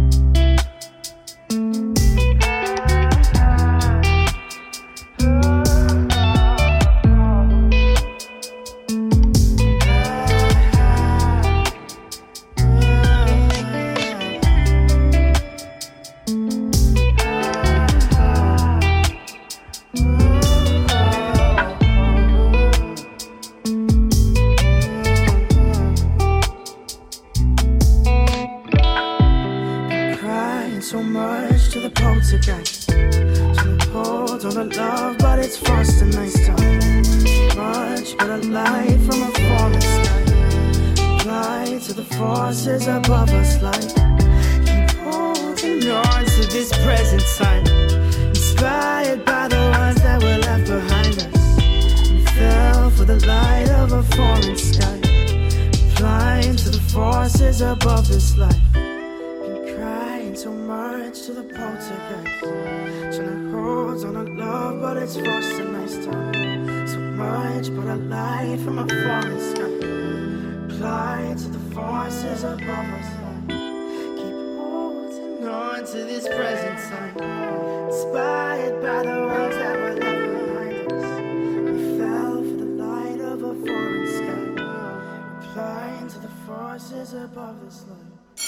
So much to the poltergeist. Trying to hold on to love, but it's frost and nice time. Much but a light from a falling sky. Fly to the forces above us like. Keep holding on to this present time. Inspired by the ones that were left behind us. We fell for the light of a falling sky. Flying to the forces above this life. So much to the poltergeist. Trying to hold on to love, but it's frost and nice time. So much but a light from a falling sky. Fly to the forces above us. Keep holding on to this present time. Inspired by the ones that were left behind us. We fell for the light of a falling sky. Flying to the forces above this light.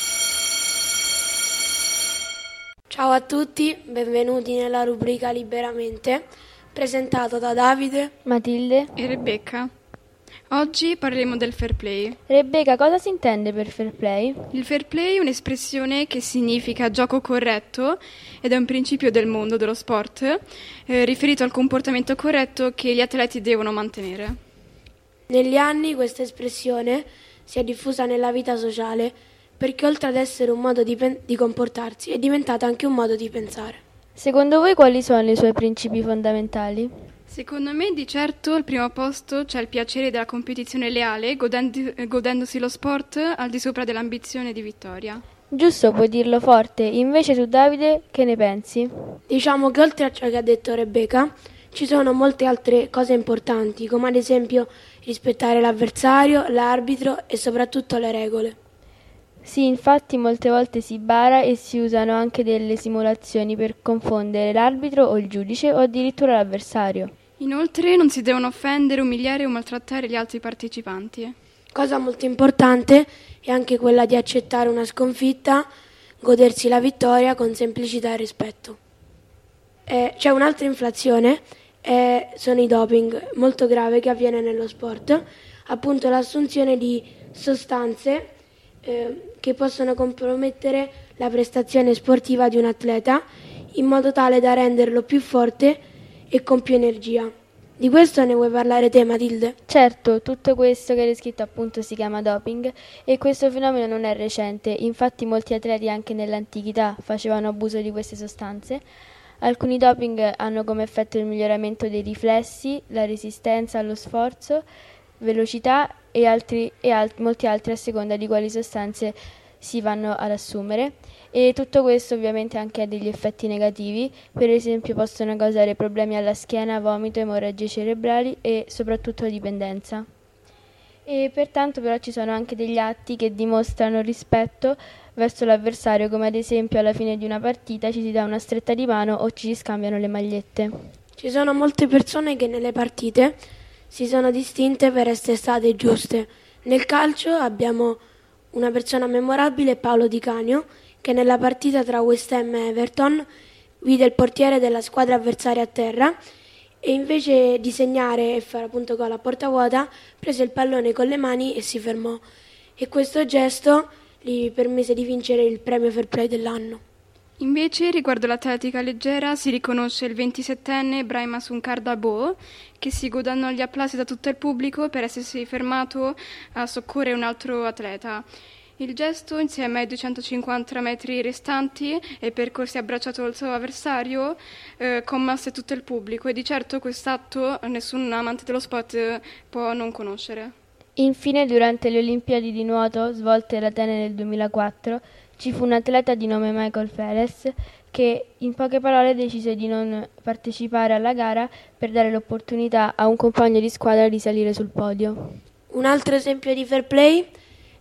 Ciao a tutti, benvenuti nella rubrica Liberamente, presentato da Davide,
Matilde
e Rebecca. Oggi parleremo del fair play.
Rebecca, cosa si intende per fair play?
Il fair play è un'espressione che significa gioco corretto ed è un principio del mondo dello sport riferito al comportamento corretto che gli atleti devono mantenere.
Negli anni questa espressione si è diffusa nella vita sociale perché oltre ad essere un modo di comportarsi è diventata anche un modo di pensare.
Secondo voi quali sono i suoi principi fondamentali?
Secondo me di certo al primo posto c'è il piacere della competizione leale, godendosi lo sport al di sopra dell'ambizione di vittoria.
Giusto, puoi dirlo forte. Invece tu Davide, che ne pensi?
Diciamo che oltre a ciò che ha detto Rebecca, ci sono molte altre cose importanti, come ad esempio rispettare l'avversario, l'arbitro e soprattutto le regole.
Sì, infatti molte volte si bara e si usano anche delle simulazioni per confondere l'arbitro o il giudice o addirittura l'avversario.
Inoltre non si devono offendere, umiliare o maltrattare gli altri partecipanti.
Cosa molto importante è anche quella di accettare una sconfitta, godersi la vittoria con semplicità e rispetto. C'è un'altra inflazione, sono i doping, molto grave che avviene nello sport, appunto l'assunzione di sostanze che possono compromettere la prestazione sportiva di un atleta in modo tale da renderlo più forte e con più energia. Di questo ne vuoi parlare te, Matilde?
Certo, tutto questo che hai descritto appunto si chiama doping e questo fenomeno non è recente, infatti molti atleti anche nell'antichità facevano abuso di queste sostanze. Alcuni doping hanno come effetto il miglioramento dei riflessi, la resistenza allo sforzo, velocità e molti altri a seconda di quali sostanze si vanno ad assumere e tutto questo ovviamente anche ha degli effetti negativi, per esempio possono causare problemi alla schiena, vomito, emorragie cerebrali e soprattutto dipendenza. E pertanto però ci sono anche degli atti che dimostrano rispetto verso l'avversario, come ad esempio alla fine di una partita ci si dà una stretta di mano o ci si scambiano le magliette.
Ci sono molte persone che nelle partite si sono distinte per essere state giuste. Nel calcio abbiamo una persona memorabile, Paolo Di Canio, che nella partita tra West Ham e Everton vide il portiere della squadra avversaria a terra e invece di segnare e fare appunto gol a porta vuota prese il pallone con le mani e si fermò e questo gesto gli permise di vincere il premio Fair Play dell'anno.
Invece, riguardo l'atletica leggera, si riconosce il 27enne Brahima Sunkar-Dabo, che si godannò gli applausi da tutto il pubblico per essersi fermato a soccorrere un altro atleta. Il gesto, insieme ai 250 metri restanti e percorsi abbracciato al suo avversario, commosse tutto il pubblico e di certo quest'atto nessun amante dello sport può non conoscere.
Infine, durante le Olimpiadi di nuoto svolte ad Atene nel 2004, ci fu un atleta di nome Michael Phelps che in poche parole decise di non partecipare alla gara per dare l'opportunità a un compagno di squadra di salire sul podio.
Un altro esempio di fair play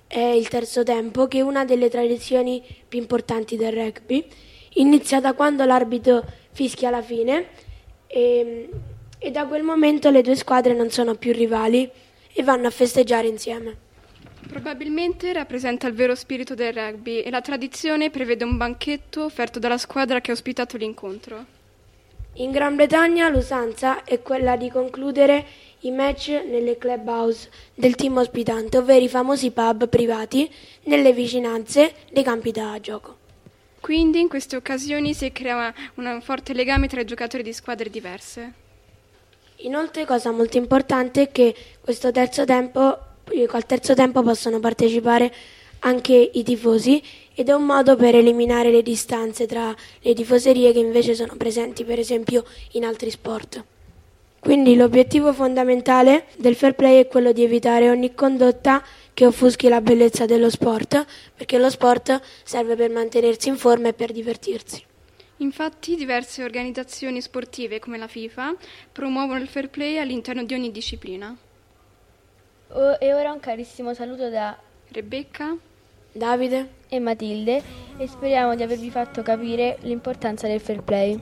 è il terzo tempo, che è una delle tradizioni più importanti del rugby. Inizia da quando l'arbitro fischia la fine e da quel momento le due squadre non sono più rivali e vanno a festeggiare insieme.
Probabilmente rappresenta il vero spirito del rugby e la tradizione prevede un banchetto offerto dalla squadra che ha ospitato l'incontro.
In Gran Bretagna l'usanza è quella di concludere i match nelle clubhouse del team ospitante, ovvero i famosi pub privati nelle vicinanze dei campi da gioco.
Quindi in queste occasioni si crea un forte legame tra i giocatori di squadre diverse.
Inoltre, cosa molto importante è che al terzo tempo possono partecipare anche i tifosi ed è un modo per eliminare le distanze tra le tifoserie che invece sono presenti per esempio in altri sport. Quindi l'obiettivo fondamentale del fair play è quello di evitare ogni condotta che offuschi la bellezza dello sport, perché lo sport serve per mantenersi in forma e per divertirsi.
Infatti diverse organizzazioni sportive come la FIFA promuovono il fair play all'interno di ogni disciplina.
E ora un carissimo saluto da
Rebecca,
Davide
e Matilde e speriamo di avervi fatto capire l'importanza del fair play.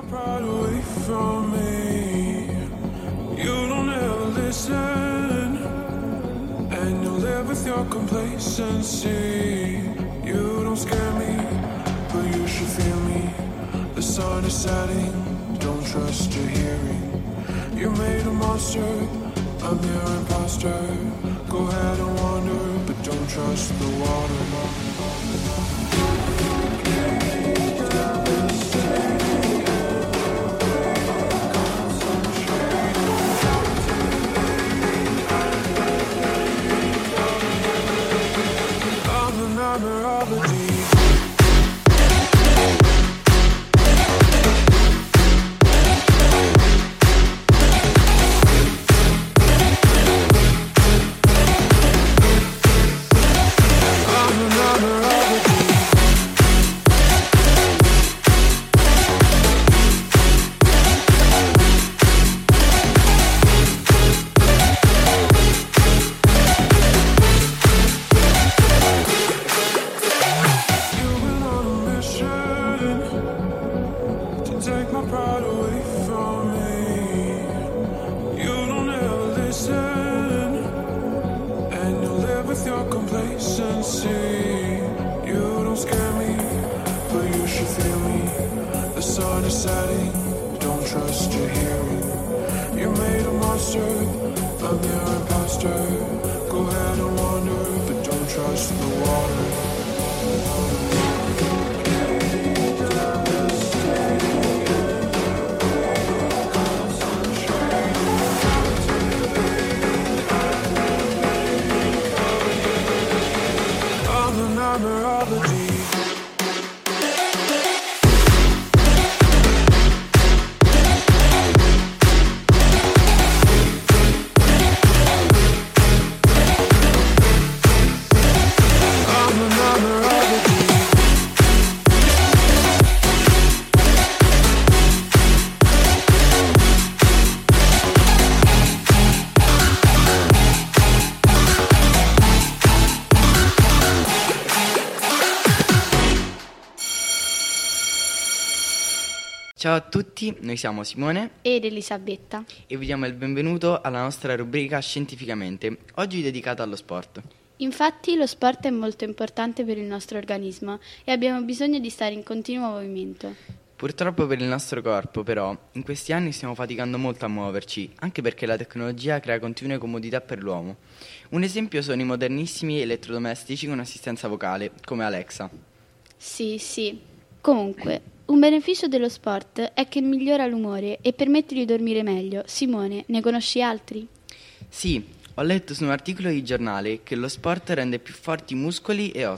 You don't ever listen, and you live with your complacency. You don't scare me, but you should feel me. The sun is setting, don't trust your hearing. You made a monster, I'm your imposter. Go ahead and wander, but don't trust the water.
Ciao a tutti, noi siamo Simone
ed Elisabetta
e vi diamo il benvenuto alla nostra rubrica Scientificamente, oggi dedicata allo sport.
Infatti lo sport è molto importante per il nostro organismo e abbiamo bisogno di stare in continuo movimento.
Purtroppo per il nostro corpo, però, in questi anni stiamo faticando molto a muoverci, anche perché la tecnologia crea continue comodità per l'uomo. Un esempio sono i modernissimi elettrodomestici con assistenza vocale, come Alexa.
Sì. Comunque, un beneficio dello sport è che migliora l'umore e permette di dormire meglio. Simone, ne conosci altri?
Sì, ho letto su un articolo di giornale che lo sport rende più forti muscoli e ossa.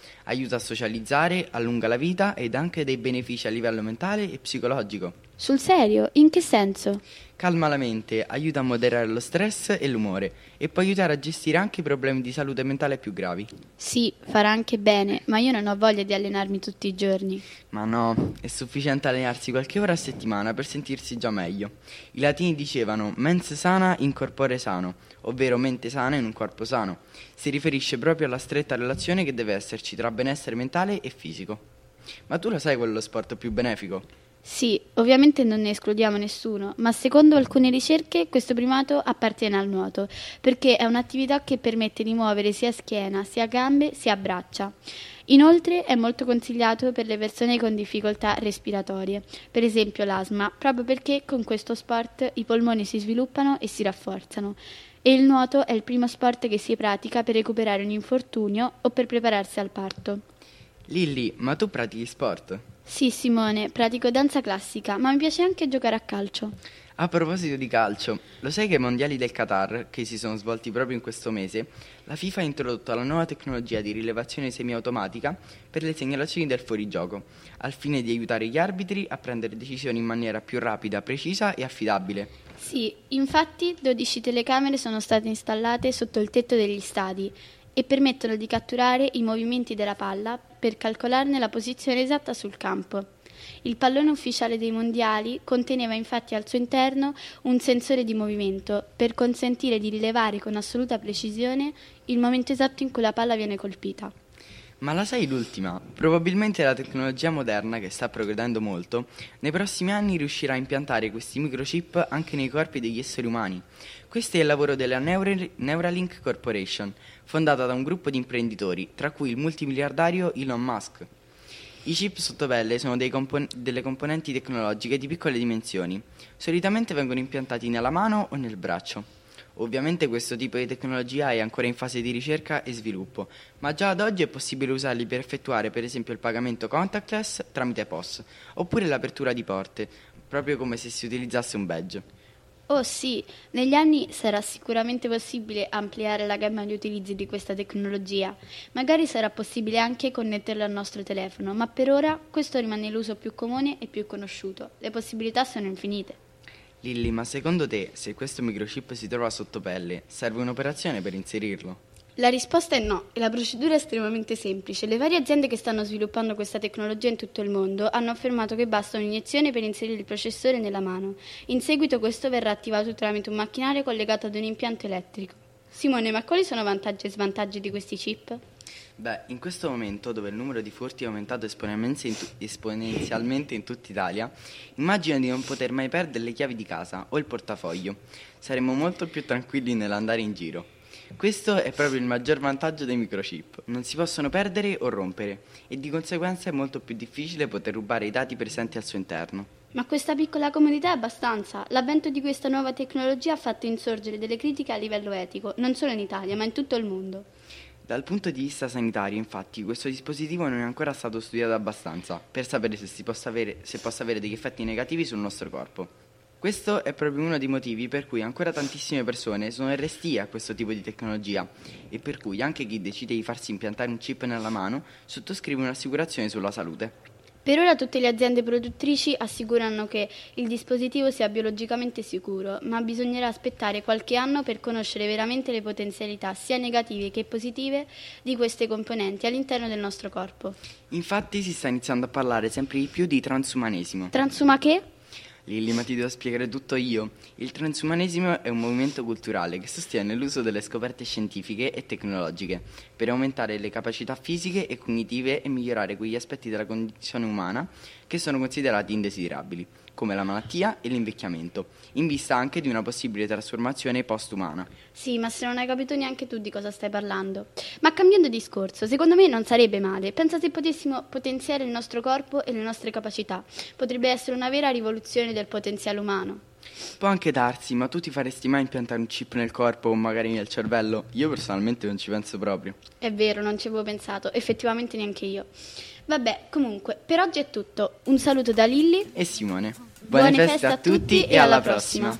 Aiuta a socializzare, allunga la vita ed ha anche dei benefici a livello mentale e psicologico.
Sul serio? In che senso?
Calma la mente, aiuta a moderare lo stress e l'umore e può aiutare a gestire anche i problemi di salute mentale più gravi.
Sì, farà anche bene, ma io non ho voglia di allenarmi tutti i giorni.
Ma no, è sufficiente allenarsi qualche ora a settimana per sentirsi già meglio. I latini dicevano mens sana in corpore sano, ovvero mente sana in un corpo sano. Si riferisce proprio alla stretta relazione che deve esserci tra benessere mentale e fisico. Ma tu lo sai qual è lo sport più benefico?
Sì, ovviamente non ne escludiamo nessuno, ma secondo alcune ricerche questo primato appartiene al nuoto, perché è un'attività che permette di muovere sia schiena, sia gambe, sia braccia. Inoltre è molto consigliato per le persone con difficoltà respiratorie, per esempio l'asma, proprio perché con questo sport i polmoni si sviluppano e si rafforzano. E il nuoto è il primo sport che si pratica per recuperare un infortunio o per prepararsi al parto.
Lilli, ma tu pratichi sport?
Sì, Simone, pratico danza classica, ma mi piace anche giocare a calcio.
A proposito di calcio, lo sai che ai mondiali del Qatar, che si sono svolti proprio in questo mese, la FIFA ha introdotto la nuova tecnologia di rilevazione semiautomatica per le segnalazioni del fuorigioco, al fine di aiutare gli arbitri a prendere decisioni in maniera più rapida, precisa e affidabile.
Sì, infatti 12 telecamere sono state installate sotto il tetto degli stadi e permettono di catturare i movimenti della palla per calcolarne la posizione esatta sul campo. Il pallone ufficiale dei mondiali conteneva infatti al suo interno un sensore di movimento per consentire di rilevare con assoluta precisione il momento esatto in cui la palla viene colpita.
Ma la sai l'ultima? Probabilmente la tecnologia moderna, che sta progredendo molto, nei prossimi anni riuscirà a impiantare questi microchip anche nei corpi degli esseri umani. Questo è il lavoro della Neuralink Corporation, fondata da un gruppo di imprenditori, tra cui il multimiliardario Elon Musk. I chip sottopelle sono delle componenti tecnologiche di piccole dimensioni. Solitamente vengono impiantati nella mano o nel braccio. Ovviamente questo tipo di tecnologia è ancora in fase di ricerca e sviluppo, ma già ad oggi è possibile usarli per effettuare per esempio il pagamento contactless tramite POS, oppure l'apertura di porte, proprio come se si utilizzasse un badge.
Oh sì, negli anni sarà sicuramente possibile ampliare la gamma di utilizzi di questa tecnologia. Magari sarà possibile anche connetterla al nostro telefono, ma per ora questo rimane l'uso più comune e più conosciuto. Le possibilità sono infinite.
Lilli, ma secondo te, se questo microchip si trova sotto pelle, serve un'operazione per inserirlo?
La risposta è no, e la procedura è estremamente semplice. Le varie aziende che stanno sviluppando questa tecnologia in tutto il mondo hanno affermato che basta un'iniezione per inserire il processore nella mano. In seguito questo verrà attivato tramite un macchinario collegato ad un impianto elettrico. Simone, ma quali sono vantaggi e svantaggi di questi chip?
Beh, in questo momento, dove il numero di furti è aumentato esponenzialmente in tutta Italia, immagina di non poter mai perdere le chiavi di casa o il portafoglio. Saremmo molto più tranquilli nell'andare in giro. Questo è proprio il maggior vantaggio dei microchip. Non si possono perdere o rompere e di conseguenza è molto più difficile poter rubare i dati presenti al suo interno.
Ma questa piccola comodità è abbastanza. L'avvento di questa nuova tecnologia ha fatto insorgere delle critiche a livello etico, non solo in Italia, ma in tutto il mondo.
Dal punto di vista sanitario, infatti, questo dispositivo non è ancora stato studiato abbastanza per sapere se possa avere degli effetti negativi sul nostro corpo. Questo è proprio uno dei motivi per cui ancora tantissime persone sono restie a questo tipo di tecnologia e per cui anche chi decide di farsi impiantare un chip nella mano sottoscrive un'assicurazione sulla salute.
Per ora tutte le aziende produttrici assicurano che il dispositivo sia biologicamente sicuro, ma bisognerà aspettare qualche anno per conoscere veramente le potenzialità sia negative che positive di queste componenti all'interno del nostro corpo.
Infatti si sta iniziando a parlare sempre di più di transumanesimo.
Transuma che?
Lilli, ma ti devo spiegare tutto io. Il transumanesimo è un movimento culturale che sostiene l'uso delle scoperte scientifiche e tecnologiche per aumentare le capacità fisiche e cognitive e migliorare quegli aspetti della condizione umana che sono considerati indesiderabili, come la malattia e l'invecchiamento, in vista anche di una possibile trasformazione post-umana.
Sì, ma se non hai capito neanche tu di cosa stai parlando. Ma cambiando discorso, secondo me non sarebbe male. Pensa se potessimo potenziare il nostro corpo e le nostre capacità. Potrebbe essere una vera rivoluzione del potenziale umano.
Può anche darsi, ma tu ti faresti mai impiantare un chip nel corpo o magari nel cervello? Io personalmente non ci penso proprio.
È vero, non ci avevo pensato, effettivamente neanche io. Vabbè, comunque, per oggi è tutto. Un saluto da Lilli
e Simone. Buone feste a tutti e alla prossima.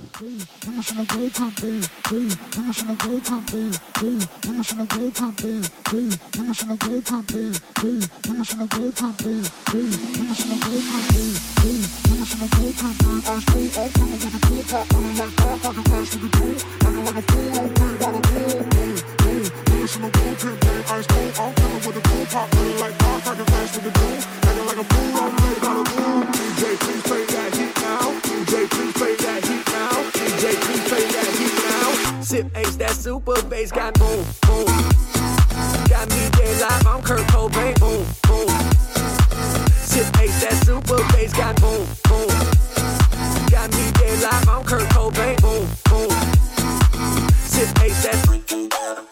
Sip Ace, that super bass got boom, boom. Got me dead live, I'm Kurt Cobain, boom, boom. Sip Ace, that super bass got boom, boom. Got me dead live, I'm Kurt Cobain, boom, boom. Sip Ace, that freaking bottom.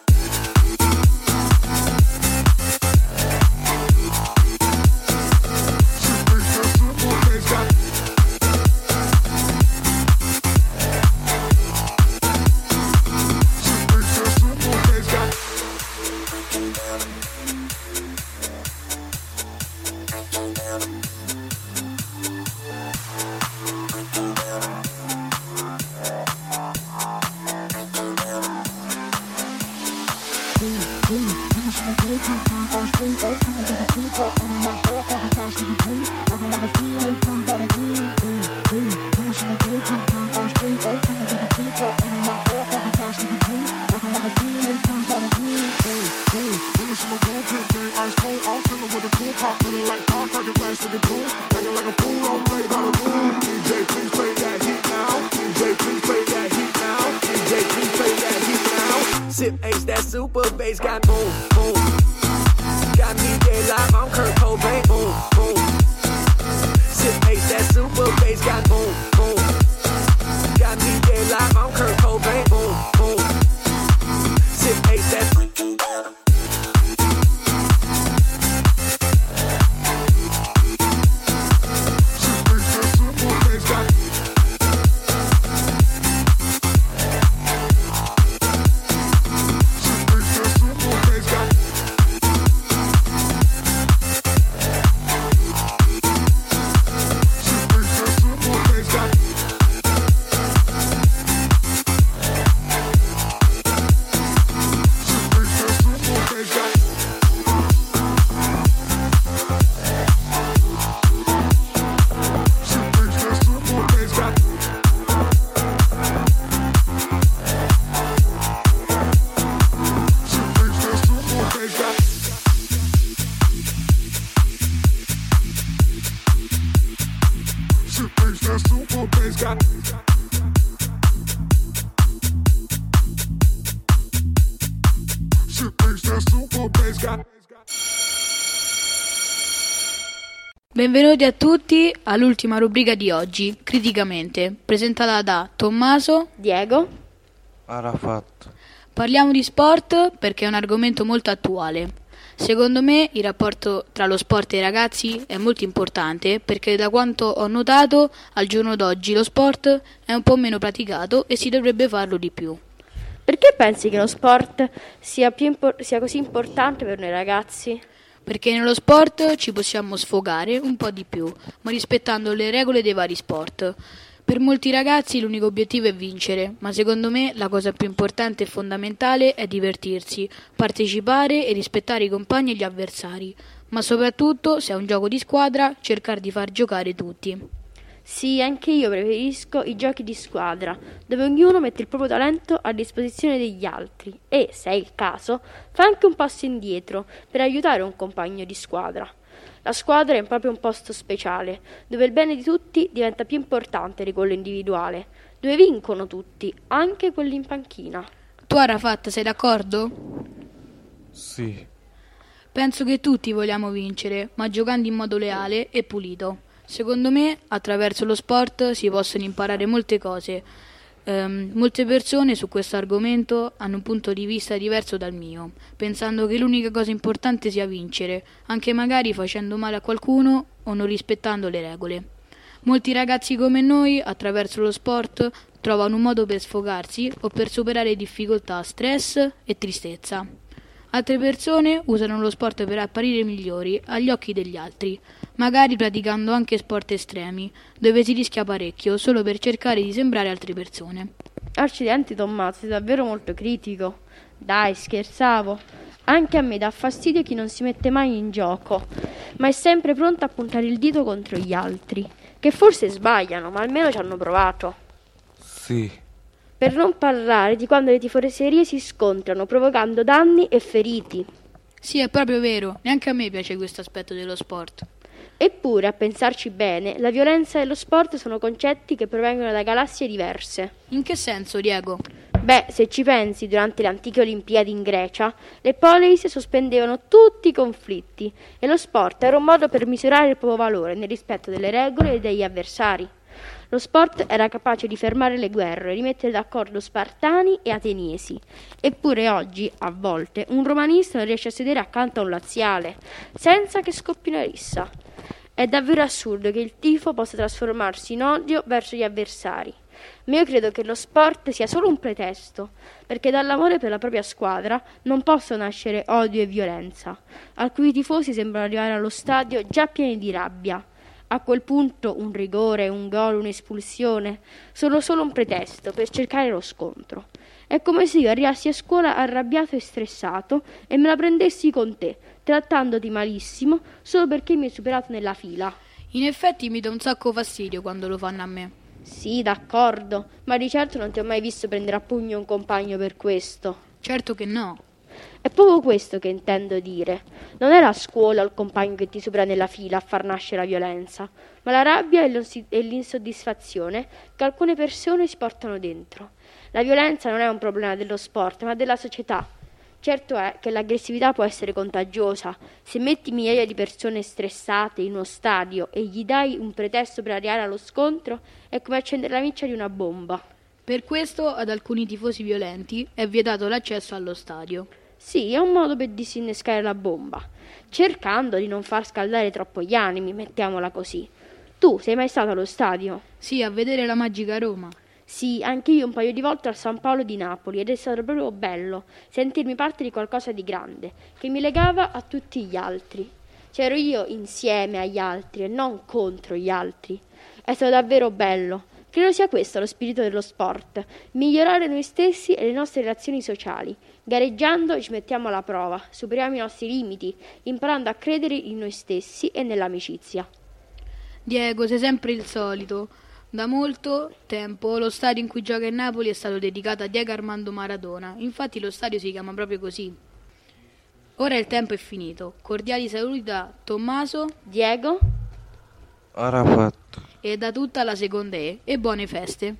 Sip Ace, that super bass got boom, boom. Got me dead live, I'm Kurt Cobain, boom, boom. Sip Ace, that super bass got boom, boom. Got me dead live, I'm Kurt Cobain, boom, boom. Sip Ace, that freaking bottom.
Benvenuti a tutti all'ultima rubrica di oggi, Criticamente, presentata da Tommaso,
Diego,
Arafat.
Parliamo di sport perché è un argomento molto attuale. Secondo me il rapporto tra lo sport e i ragazzi è molto importante perché da quanto ho notato al giorno d'oggi lo sport è un po' meno praticato e si dovrebbe farlo di più.
Perché pensi che lo sport sia così importante per noi ragazzi?
Perché nello sport ci possiamo sfogare un po' di più, ma rispettando le regole dei vari sport. Per molti ragazzi l'unico obiettivo è vincere, ma secondo me la cosa più importante e fondamentale è divertirsi, partecipare e rispettare i compagni e gli avversari, ma soprattutto, se è un gioco di squadra, cercare di far giocare tutti.
Sì, anche io preferisco i giochi di squadra, dove ognuno mette il proprio talento a disposizione degli altri e, se è il caso, fa anche un passo indietro per aiutare un compagno di squadra. La squadra è proprio un posto speciale, dove il bene di tutti diventa più importante di quello individuale, dove vincono tutti, anche quelli in panchina.
Tu, Arafat, sei d'accordo?
Sì.
Penso che tutti vogliamo vincere, ma giocando in modo leale e pulito. Secondo me, attraverso lo sport si possono imparare molte cose. Molte persone su questo argomento hanno un punto di vista diverso dal mio, pensando che l'unica cosa importante sia vincere, anche magari facendo male a qualcuno o non rispettando le regole. Molti ragazzi come noi, attraverso lo sport, trovano un modo per sfogarsi o per superare difficoltà, stress e tristezza. Altre persone usano lo sport per apparire migliori agli occhi degli altri, magari praticando anche sport estremi, dove si rischia parecchio solo per cercare di sembrare altre persone.
Accidenti Tommaso, sei davvero molto critico. Dai, scherzavo. Anche a me dà fastidio chi non si mette mai in gioco, ma è sempre pronto a puntare il dito contro gli altri, che forse sbagliano, ma almeno ci hanno provato.
Sì.
Per non parlare di quando le tifoserie si scontrano, provocando danni e feriti.
Sì, è proprio vero, neanche a me piace questo aspetto dello sport.
Eppure, a pensarci bene, la violenza e lo sport sono concetti che provengono da galassie diverse.
In che senso, Diego?
Beh, se ci pensi, durante le antiche Olimpiadi in Grecia, le poleis sospendevano tutti i conflitti e lo sport era un modo per misurare il proprio valore nel rispetto delle regole e degli avversari. Lo sport era capace di fermare le guerre e rimettere d'accordo spartani e ateniesi. Eppure oggi, a volte, un romanista non riesce a sedere accanto a un laziale, senza che scoppi una rissa. È davvero assurdo che il tifo possa trasformarsi in odio verso gli avversari. Ma io credo che lo sport sia solo un pretesto, perché dall'amore per la propria squadra non possono nascere odio e violenza. Alcuni tifosi sembrano arrivare allo stadio già pieni di rabbia. A quel punto un rigore, un gol, un'espulsione sono solo un pretesto per cercare lo scontro. È come se io arrivassi a scuola arrabbiato e stressato e me la prendessi con te, trattandoti malissimo solo perché mi hai superato nella fila.
In effetti mi dà un sacco fastidio quando lo fanno a me.
Sì, d'accordo, ma di certo non ti ho mai visto prendere a pugno un compagno per questo.
Certo che no.
È proprio questo che intendo dire. Non è la scuola o il compagno che ti supera nella fila a far nascere la violenza, ma la rabbia e l'insoddisfazione che alcune persone si portano dentro. La violenza non è un problema dello sport, ma della società. Certo è che l'aggressività può essere contagiosa. Se metti migliaia di persone stressate in uno stadio e gli dai un pretesto per arrivare allo scontro, è come accendere la miccia di una bomba.
Per questo ad alcuni tifosi violenti è vietato l'accesso allo stadio.
Sì, è un modo per disinnescare la bomba, cercando di non far scaldare troppo gli animi, mettiamola così. Tu sei mai stato allo stadio?
Sì, a vedere la magica Roma.
Sì, anche io un paio di volte al San Paolo di Napoli ed è stato proprio bello sentirmi parte di qualcosa di grande, che mi legava a tutti gli altri. C'ero io insieme agli altri e non contro gli altri. È stato davvero bello. Credo sia questo lo spirito dello sport, migliorare noi stessi e le nostre relazioni sociali. Gareggiando ci mettiamo alla prova, superiamo i nostri limiti, imparando a credere in noi stessi e nell'amicizia.
Diego, sei sempre il solito. Da molto tempo lo stadio in cui gioca il Napoli è stato dedicato a Diego Armando Maradona, infatti lo stadio si chiama proprio così. Ora il tempo è finito. Cordiali saluti da Tommaso,
Diego,
Arafat
e da tutta la seconda E buone feste.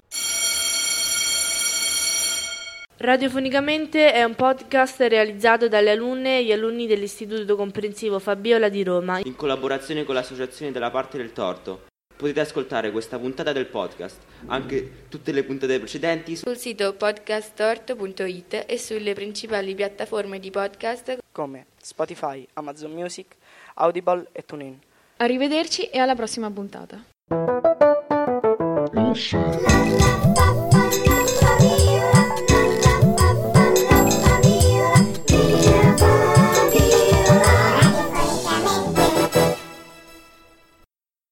Radiofonicamente è un podcast realizzato dalle alunne e gli alunni dell'Istituto Comprensivo Fabiola di Roma
in collaborazione con l'associazione della Parte del Torto. Potete ascoltare questa puntata del podcast, anche tutte le puntate precedenti
sul sito podcasttorto.it e sulle principali piattaforme di podcast
come Spotify, Amazon Music, Audible e TuneIn.
Arrivederci e alla prossima puntata.